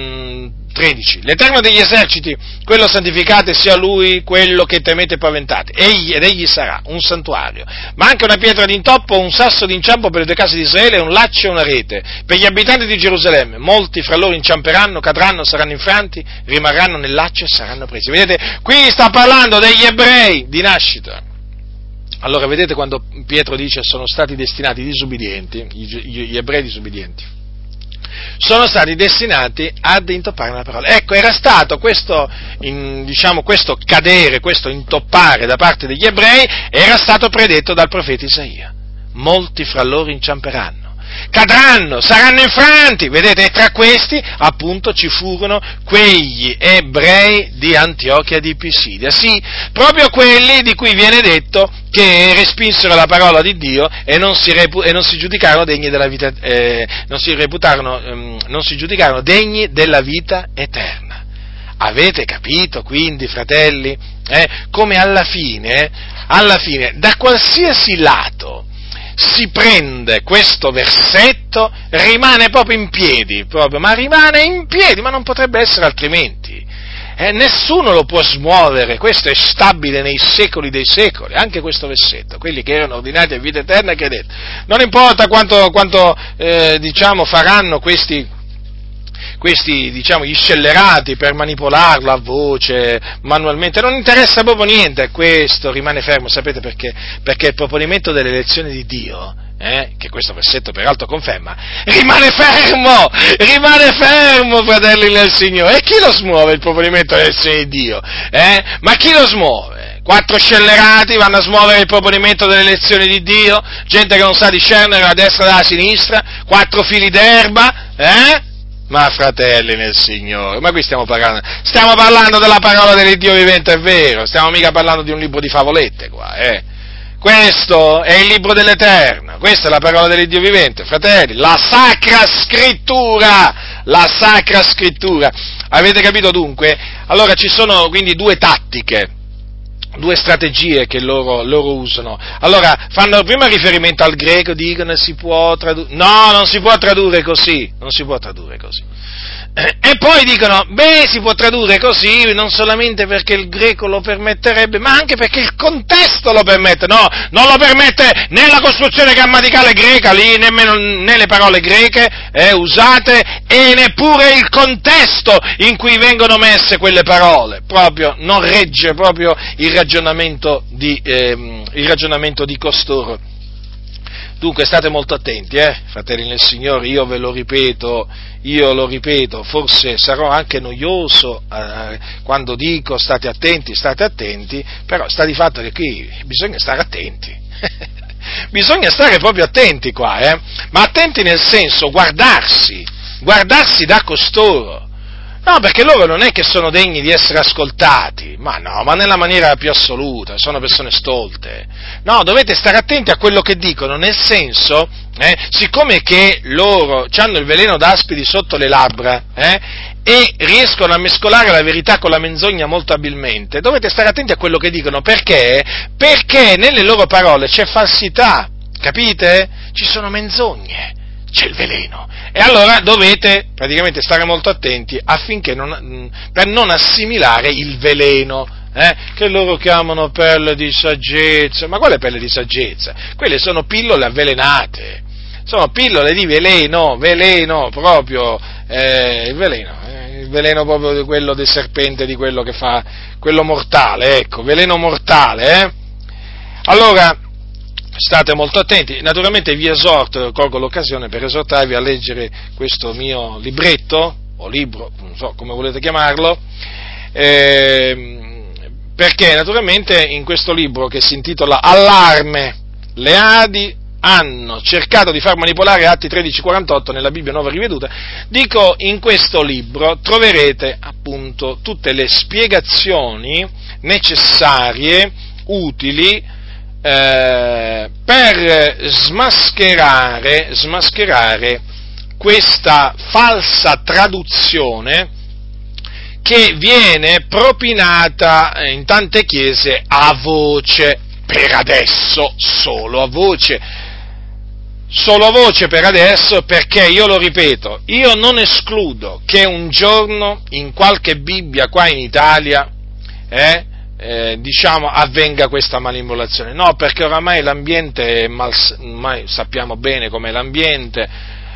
13, l'Eterno degli eserciti, quello santificate sia Lui, quello che temete e paventate, egli sarà un santuario, ma anche una pietra d'intoppo, un sasso d'inciampo per le due case di Israele, un laccio e una rete per gli abitanti di Gerusalemme. Molti fra loro inciamperanno, cadranno, saranno infranti, rimarranno nel laccio e saranno presi. Vedete, qui sta parlando degli ebrei di nascita. Allora, vedete quando Pietro dice sono stati destinati i disubbidienti, gli ebrei disubbidienti, sono stati destinati ad intoppare la parola. Ecco, era stato questo cadere, questo intoppare da parte degli ebrei, era stato predetto dal profeta Isaia. Molti fra loro inciamperanno, cadranno, saranno infranti, vedete, e tra questi appunto ci furono quegli ebrei di Antiochia di Pisidia, sì, proprio quelli di cui viene detto che respinsero la parola di Dio e non si giudicarono degni della vita, non si giudicarono degni della vita eterna. Avete capito quindi, fratelli, come alla fine, da qualsiasi lato si prende questo versetto, rimane proprio in piedi, ma rimane in piedi, ma non potrebbe essere altrimenti. Nessuno lo può smuovere, questo è stabile nei secoli dei secoli, anche questo versetto, quelli che erano ordinati a vita eterna, che ha detto, non importa quanto faranno questi gli scellerati per manipolarlo a voce, manualmente, non interessa proprio niente, questo rimane fermo, sapete perché? Perché il proponimento delle elezioni di Dio, che questo versetto peraltro conferma, rimane fermo, fratelli nel Signore. E chi lo smuove il proponimento delle elezioni di Dio? Ma chi lo smuove? 4 scellerati vanno a smuovere il proponimento delle elezioni di Dio, gente che non sa discernere la destra dalla sinistra, 4 fili d'erba, Ma fratelli nel Signore, ma qui stiamo parlando della parola dell'Iddio vivente, è vero, stiamo mica parlando di un libro di favolette qua, Questo è il libro dell'Eterno, questa è la parola dell'Iddio vivente, fratelli, la Sacra Scrittura, avete capito dunque? Allora ci sono quindi 2 tattiche, 2 strategie che loro usano. Allora, fanno prima riferimento al greco, dicono si può tradurre. No, non si può tradurre così. E poi dicono, si può tradurre così non solamente perché il greco lo permetterebbe, ma anche perché il contesto lo permette. No, non lo permette né la costruzione grammaticale greca, lì né le parole greche usate, e neppure il contesto in cui vengono messe quelle parole. Proprio non regge proprio il ragionamento di costoro. Dunque state molto attenti, fratelli nel Signore, io lo ripeto, forse sarò anche noioso quando dico state attenti, però sta di fatto che qui bisogna stare attenti, bisogna stare proprio attenti qua, ma attenti nel senso guardarsi da costoro. No, perché loro non è che sono degni di essere ascoltati, ma nella maniera più assoluta, sono persone stolte. No, dovete stare attenti a quello che dicono, nel senso, siccome che loro hanno il veleno d'aspidi sotto le labbra, e riescono a mescolare la verità con la menzogna molto abilmente, dovete stare attenti a quello che dicono, perché nelle loro parole c'è falsità, capite? Ci sono menzogne. C'è il veleno, e allora dovete praticamente stare molto attenti affinché per non assimilare il veleno, che loro chiamano perle di saggezza. Ma quale perle di saggezza? Quelle sono pillole avvelenate, sono pillole di veleno proprio, il veleno proprio di quello del serpente, di quello che fa, quello mortale, ecco, veleno mortale, Allora, state molto attenti, naturalmente vi esorto, colgo l'occasione per esortarvi a leggere questo mio libretto, o libro, non so come volete chiamarlo, perché naturalmente in questo libro che si intitola Allarme, le Adi hanno cercato di far manipolare Atti 13:48 nella Bibbia Nuova Riveduta, dico, in questo libro troverete appunto tutte le spiegazioni necessarie, utili, per smascherare questa falsa traduzione che viene propinata in tante chiese a voce, per adesso solo a voce per adesso, perché io lo ripeto, io non escludo che un giorno in qualche Bibbia qua in Italia avvenga questa manipolazione. No, perché oramai l'ambiente ormai sappiamo bene com'è l'ambiente,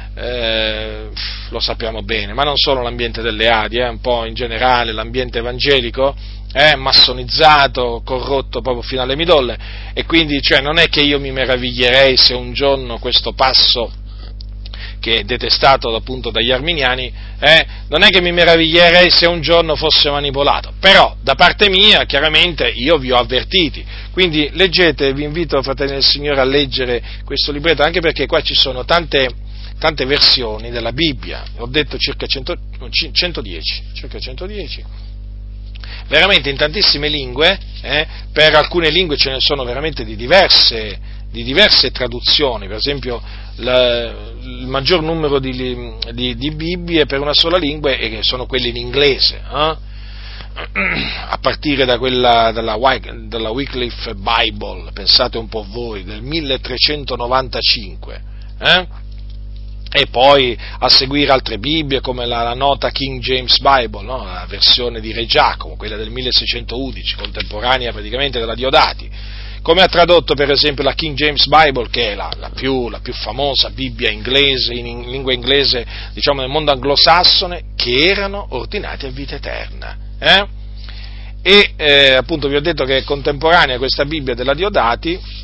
lo sappiamo bene, ma non solo l'ambiente delle Adi, un po' in generale l'ambiente evangelico massonizzato, corrotto proprio fino alle midolle, e quindi non è che io mi meraviglierei se un giorno questo passo, che è detestato appunto dagli arminiani, non è che mi meraviglierei se un giorno fosse manipolato, però da parte mia chiaramente io vi ho avvertiti, quindi leggete, vi invito, fratelli del Signore, a leggere questo libretto, anche perché qua ci sono tante versioni della Bibbia, ho detto circa 110, veramente in tantissime lingue, per alcune lingue ce ne sono veramente di diverse traduzioni, per esempio il maggior numero di Bibbie per una sola lingua sono quelle in inglese, a partire dalla Wycliffe Bible, pensate un po' voi, del 1395, e poi a seguire altre Bibbie come la nota King James Bible, no? La versione di Re Giacomo, quella del 1611, contemporanea praticamente della Diodati, come ha tradotto per esempio la King James Bible, che è la più famosa Bibbia inglese, in lingua inglese, nel mondo anglosassone, che erano ordinati a vita eterna. Appunto vi ho detto che è contemporanea questa Bibbia della Diodati,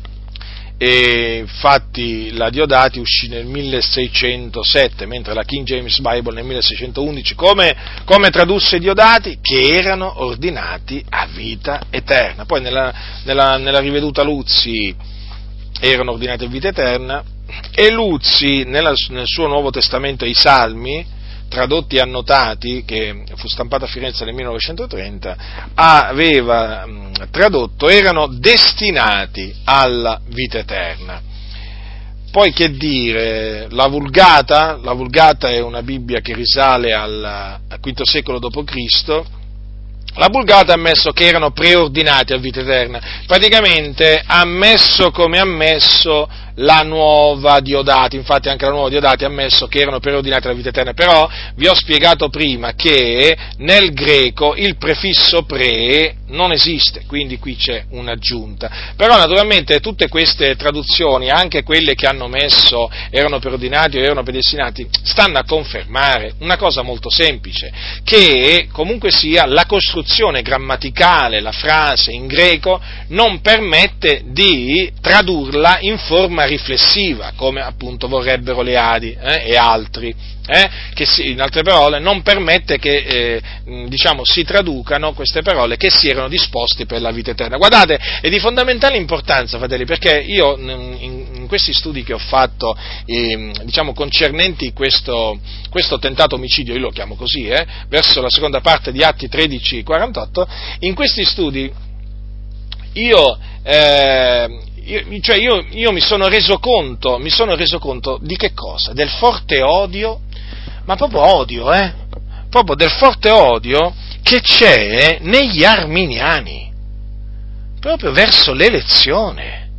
e infatti la Diodati uscì nel 1607, mentre la King James Bible nel 1611, come tradusse Diodati, che erano ordinati a vita eterna. Poi nella riveduta Luzzi erano ordinati a vita eterna, e Luzzi nel suo Nuovo Testamento, i Salmi, tradotti e annotati, che fu stampata a Firenze nel 1930, aveva tradotto, erano destinati alla vita eterna. Poi che dire, la Vulgata è una Bibbia che risale al V secolo d.C., la Vulgata ha ammesso che erano preordinati a vita eterna, praticamente ha ammesso come ha ammesso la nuova Diodati, infatti anche la nuova Diodati ha ammesso che erano preordinati alla vita eterna, però vi ho spiegato prima che nel greco il prefisso pre non esiste, quindi qui c'è un'aggiunta, però naturalmente tutte queste traduzioni, anche quelle che hanno messo erano preordinati o erano predestinati, stanno a confermare una cosa molto semplice, che comunque sia la costruzione grammaticale, la frase in greco non permette di tradurla in forma riflessiva, come appunto vorrebbero le Adi e altri, in altre parole non permette che si traducano queste parole che si erano disposti per la vita eterna. Guardate, è di fondamentale importanza, fratelli, perché io in questi studi che ho fatto, concernenti questo tentato omicidio, io lo chiamo così, verso la seconda parte di Atti 13:48, in questi studi io mi sono reso conto di che cosa? Del forte odio, ma proprio odio, proprio del forte odio che c'è negli arminiani, proprio verso l'elezione,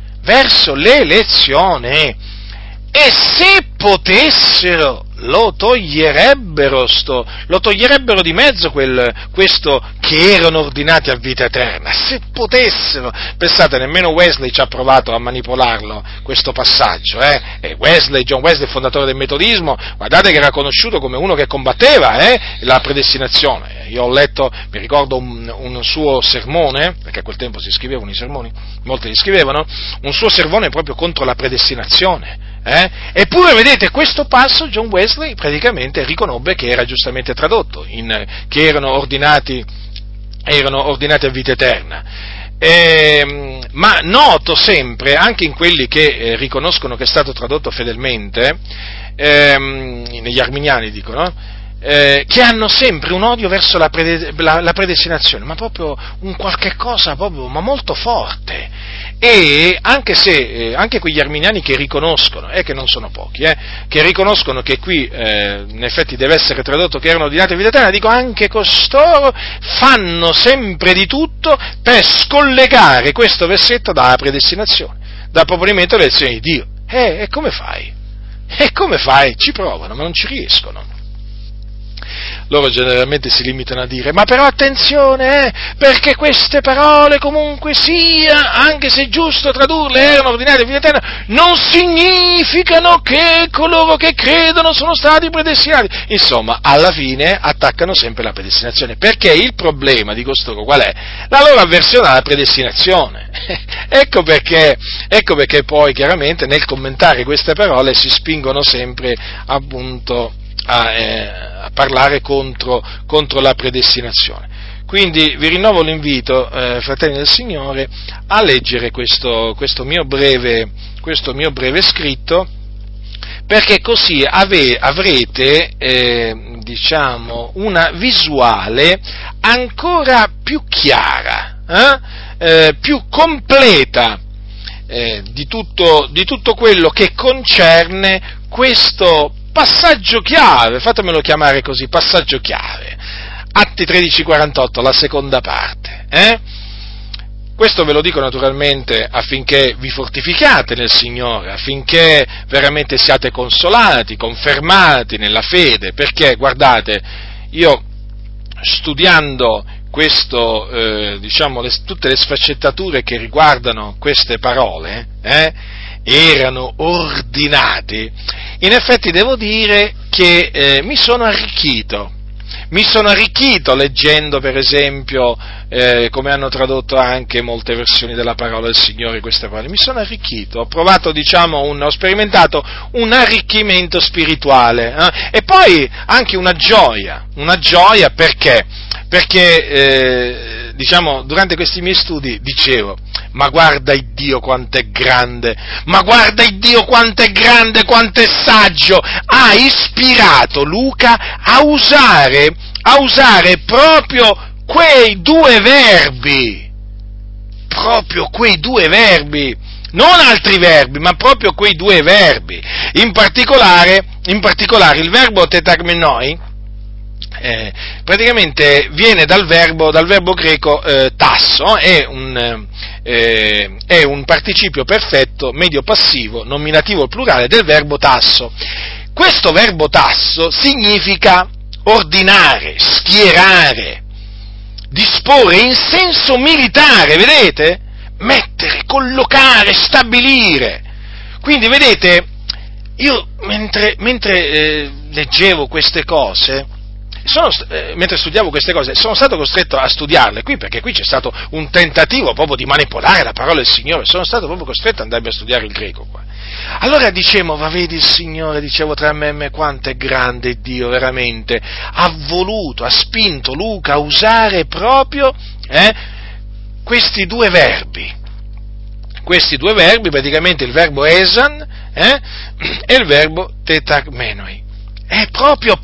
e se potessero lo toglierebbero di mezzo questo che erano ordinati a vita eterna, se potessero. Pensate, nemmeno Wesley ci ha provato a manipolarlo questo passaggio, John Wesley, fondatore del metodismo, guardate che era conosciuto come uno che combatteva la predestinazione. Io ho letto, mi ricordo un suo sermone, perché a quel tempo si scrivevano i sermoni, molti li scrivevano, un suo sermone proprio contro la predestinazione. Eppure, vedete, questo passo John Wesley praticamente riconobbe che era giustamente tradotto, che erano ordinati a vita eterna. Ma noto sempre, anche in quelli che riconoscono che è stato tradotto fedelmente, negli arminiani dicono, che hanno sempre un odio verso la predestinazione, ma proprio un qualche cosa proprio, ma molto forte. E anche quegli arminiani che riconoscono, che non sono pochi, che riconoscono che qui in effetti deve essere tradotto che erano ordinati a vita eterna, dico anche costoro fanno sempre di tutto per scollegare questo versetto dalla predestinazione, dal proponimento dell'elezione di Dio. E come fai? E come fai? Ci provano, ma non ci riescono. Loro generalmente si limitano a dire, ma però attenzione, perché queste parole comunque sia, anche se è giusto tradurle, erano ordinate a vita eterna, non significano che coloro che credono sono stati predestinati. Insomma, alla fine attaccano sempre la predestinazione, perché il problema di costoro qual è? La loro avversione alla predestinazione. Ecco perché poi chiaramente nel commentare queste parole si spingono sempre appunto a parlare contro la predestinazione. Quindi vi rinnovo l'invito, fratelli del Signore, a leggere questo mio breve scritto, perché così avrete una visuale ancora più chiara, più completa di tutto quello che concerne questo passaggio chiave, fatemelo chiamare così, passaggio chiave, Atti 13:48, la seconda parte. Questo ve lo dico naturalmente affinché vi fortificate nel Signore, affinché veramente siate consolati, confermati nella fede, perché guardate, io studiando questo, tutte le sfaccettature che riguardano queste parole, erano ordinati, in effetti devo dire che mi sono arricchito leggendo per esempio come hanno tradotto anche molte versioni della parola del Signore queste parole, mi sono arricchito, ho provato ho sperimentato un arricchimento spirituale, e poi anche una gioia perché durante questi miei studi dicevo, ma guarda il Dio quanto è grande, quanto è saggio, ha ispirato Luca a usare proprio quei due verbi, non altri verbi, ma proprio quei due verbi, in particolare il verbo tetarmenoi, praticamente viene dal verbo greco tasso, è un participio perfetto medio passivo nominativo al plurale del verbo tasso. Questo verbo tasso significa ordinare, schierare, disporre in senso militare, vedete? Mettere, collocare, stabilire. Quindi vedete, io mentre leggevo queste cose, mentre studiavo queste cose, sono stato costretto a studiarle qui, perché qui c'è stato un tentativo proprio di manipolare la parola del Signore, sono stato proprio costretto ad andarmi a studiare il greco qua. Allora dicevo, ma vedi il Signore, dicevo tra me e me, quanto è grande Dio, veramente, ha spinto Luca a usare proprio questi due verbi, praticamente il verbo esan e il verbo tetarmenoi. È proprio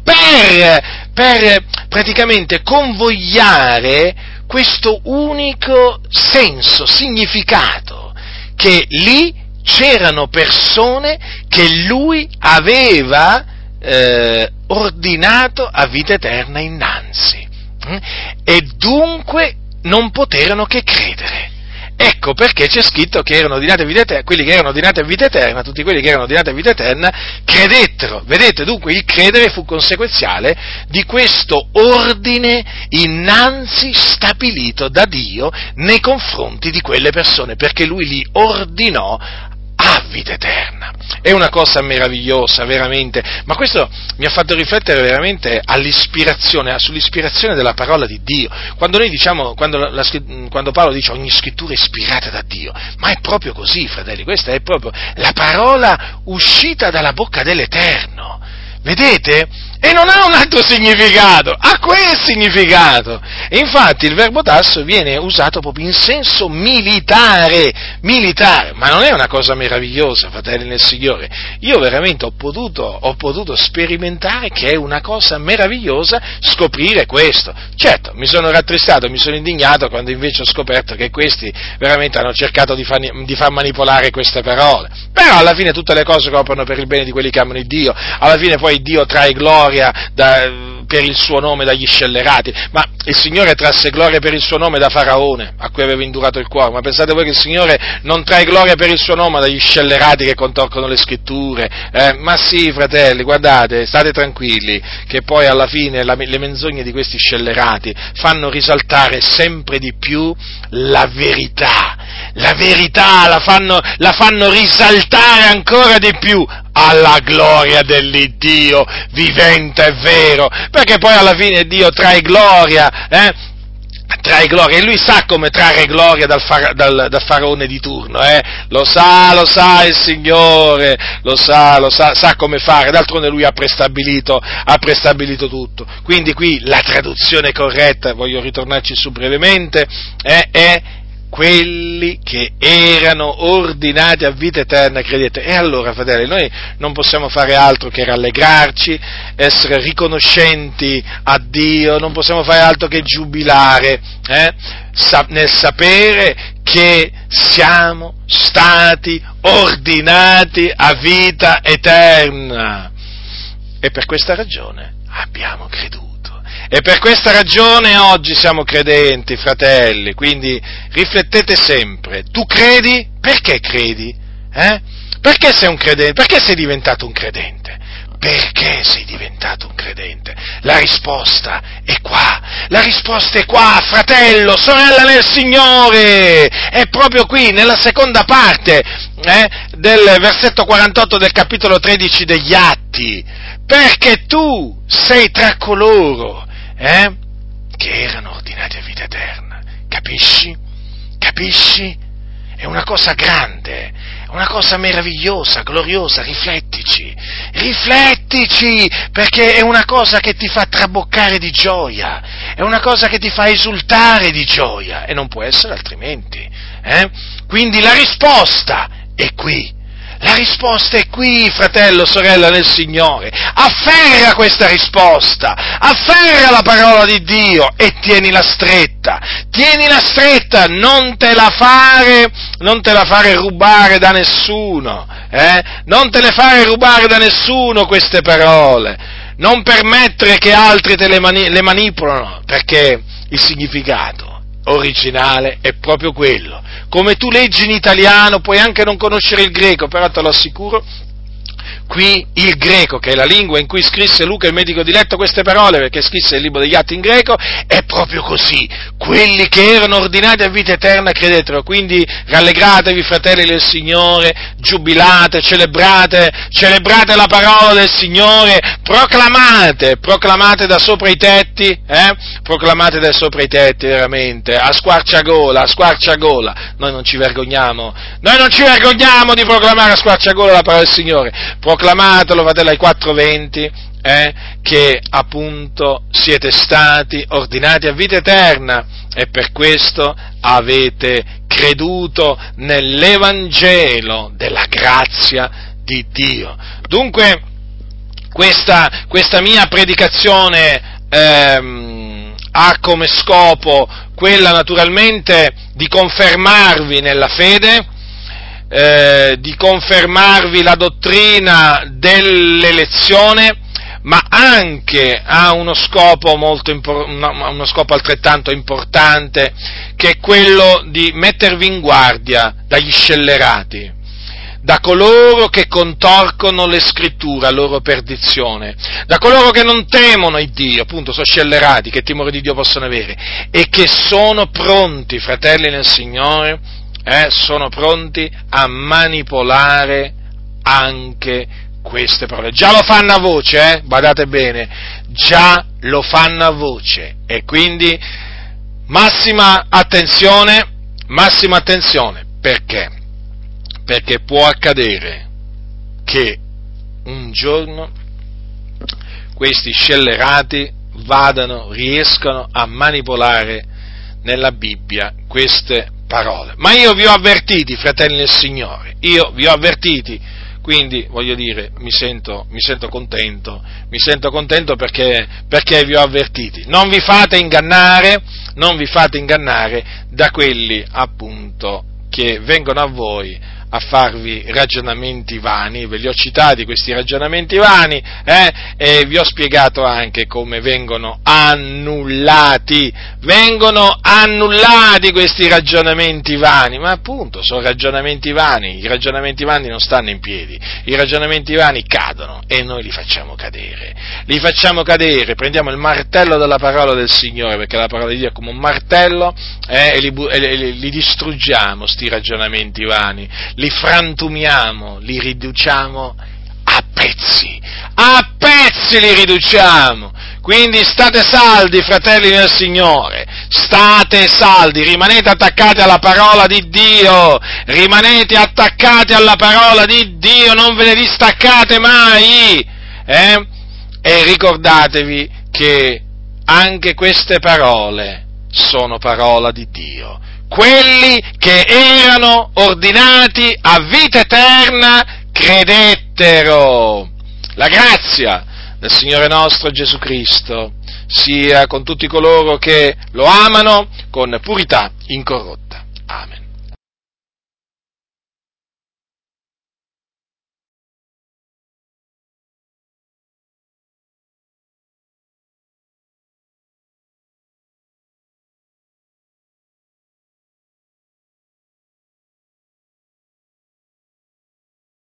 per praticamente convogliare questo unico senso, significato, che lì c'erano persone che lui aveva ordinato a vita eterna innanzi, e dunque non poterono che credere. Ecco perché c'è scritto che erano ordinati a vita eterna, quelli che erano ordinati a vita eterna, tutti quelli che erano ordinati a vita eterna, credettero. Vedete, dunque il credere fu conseguenziale di questo ordine innanzi stabilito da Dio nei confronti di quelle persone, perché Lui li ordinò a vita eterna. È una cosa meravigliosa, veramente, ma questo mi ha fatto riflettere veramente sull'ispirazione della parola di Dio. Quando noi diciamo, quando Paolo dice ogni scrittura è ispirata da Dio, ma è proprio così, fratelli, questa è proprio la parola uscita dalla bocca dell'Eterno. Vedete? E non ha un altro significato, ha quel significato. E infatti il verbo tasso viene usato proprio in senso militare, ma non è una cosa meravigliosa, fratelli nel Signore. Io veramente ho potuto sperimentare che è una cosa meravigliosa scoprire questo. Certo, mi sono rattristato, mi sono indignato quando invece ho scoperto che questi veramente hanno cercato di far manipolare queste parole. Però alla fine tutte le cose cooperano per il bene di quelli che amano il Dio, alla fine poi Dio trae gloria per il suo nome dagli scellerati, ma il Signore trasse gloria per il suo nome da Faraone, a cui aveva indurato il cuore, ma pensate voi che il Signore non trae gloria per il suo nome dagli scellerati che contorcono le scritture? Ma sì, fratelli, guardate, state tranquilli, che poi alla fine le menzogne di questi scellerati fanno risaltare sempre di più la verità la fanno risaltare ancora di più alla gloria dell'Iddio vivente e vero, perché poi alla fine Dio trae gloria, e lui sa come trarre gloria dal faraone di turno, lo sa il Signore, sa come fare, d'altronde lui ha prestabilito tutto. Quindi qui la traduzione corretta, voglio ritornarci su brevemente, è quelli che erano ordinati a vita eterna, credete. E allora, fratelli, noi non possiamo fare altro che rallegrarci, essere riconoscenti a Dio, non possiamo fare altro che giubilare, nel sapere che siamo stati ordinati a vita eterna. E per questa ragione abbiamo creduto. E per questa ragione oggi siamo credenti, fratelli, quindi riflettete sempre. Tu credi? Perché credi? Perché sei un credente? Perché sei diventato un credente? Perché sei diventato un credente? La risposta è qua, fratello, sorella nel Signore, è proprio qui, nella seconda parte del versetto 48 del capitolo 13 degli Atti, perché tu sei tra coloro che erano ordinati a vita eterna. Capisci? È una cosa grande, è una cosa meravigliosa, gloriosa, riflettici, perché è una cosa che ti fa traboccare di gioia, è una cosa che ti fa esultare di gioia, e non può essere altrimenti. Quindi la risposta è qui. La risposta è qui, fratello, sorella nel Signore. Afferra questa risposta, afferra la parola di Dio e tienila stretta, non te la fare rubare da nessuno, non te le fare rubare da nessuno queste parole, non permettere che altri te le manipolano, perché il significato originale è proprio quello. Come tu leggi in italiano, puoi anche non conoscere il greco, però te lo assicuro, qui il greco, che è la lingua in cui scrisse Luca il medico diletto queste parole, perché scrisse il libro degli Atti in greco, è proprio così. Quelli che erano ordinati a vita eterna credetelo. Quindi rallegratevi, fratelli del Signore, giubilate, celebrate la parola del Signore, proclamate da sopra i tetti, veramente, a squarciagola. Noi non ci vergogniamo di proclamare a squarciagola la parola del Signore. Proclamatelo, fratello, ai 420, che appunto siete stati ordinati a vita eterna e per questo avete creduto nell'Evangelo della grazia di Dio. Dunque, questa mia predicazione ha come scopo quella naturalmente di confermarvi nella fede, di confermarvi la dottrina dell'elezione, ma anche ha uno scopo altrettanto importante, che è quello di mettervi in guardia dagli scellerati, da coloro che contorcono le scritture a loro perdizione, da coloro che non temono il Dio, appunto sono scellerati, che timore di Dio possono avere, e che sono pronti, fratelli nel Signore, sono pronti a manipolare anche queste parole. Già lo fanno a voce, badate bene, già lo fanno a voce, e quindi massima attenzione, perché? Perché può accadere che un giorno questi scellerati riescano a manipolare nella Bibbia queste parole. Ma io vi ho avvertiti, fratelli del Signore, io vi ho avvertiti, quindi voglio dire, mi sento contento perché vi ho avvertiti. Non vi fate ingannare da quelli appunto che vengono a voi a farvi ragionamenti vani. Ve li ho citati questi ragionamenti vani, e vi ho spiegato anche come vengono annullati questi ragionamenti vani, ma appunto sono ragionamenti vani, i ragionamenti vani non stanno in piedi, i ragionamenti vani cadono e noi li facciamo cadere, prendiamo il martello della parola del Signore, perché la parola di Dio è come un martello, e li distruggiamo, sti ragionamenti vani, li frantumiamo, li riduciamo a pezzi li riduciamo. Quindi state saldi, fratelli del Signore, state saldi, rimanete attaccati alla parola di Dio, non ve ne distaccate mai, e ricordatevi che anche queste parole sono parola di Dio. Quelli che erano ordinati a vita eterna credettero. La grazia del Signore nostro Gesù Cristo sia con tutti coloro che lo amano con purità incorrotta. Amen.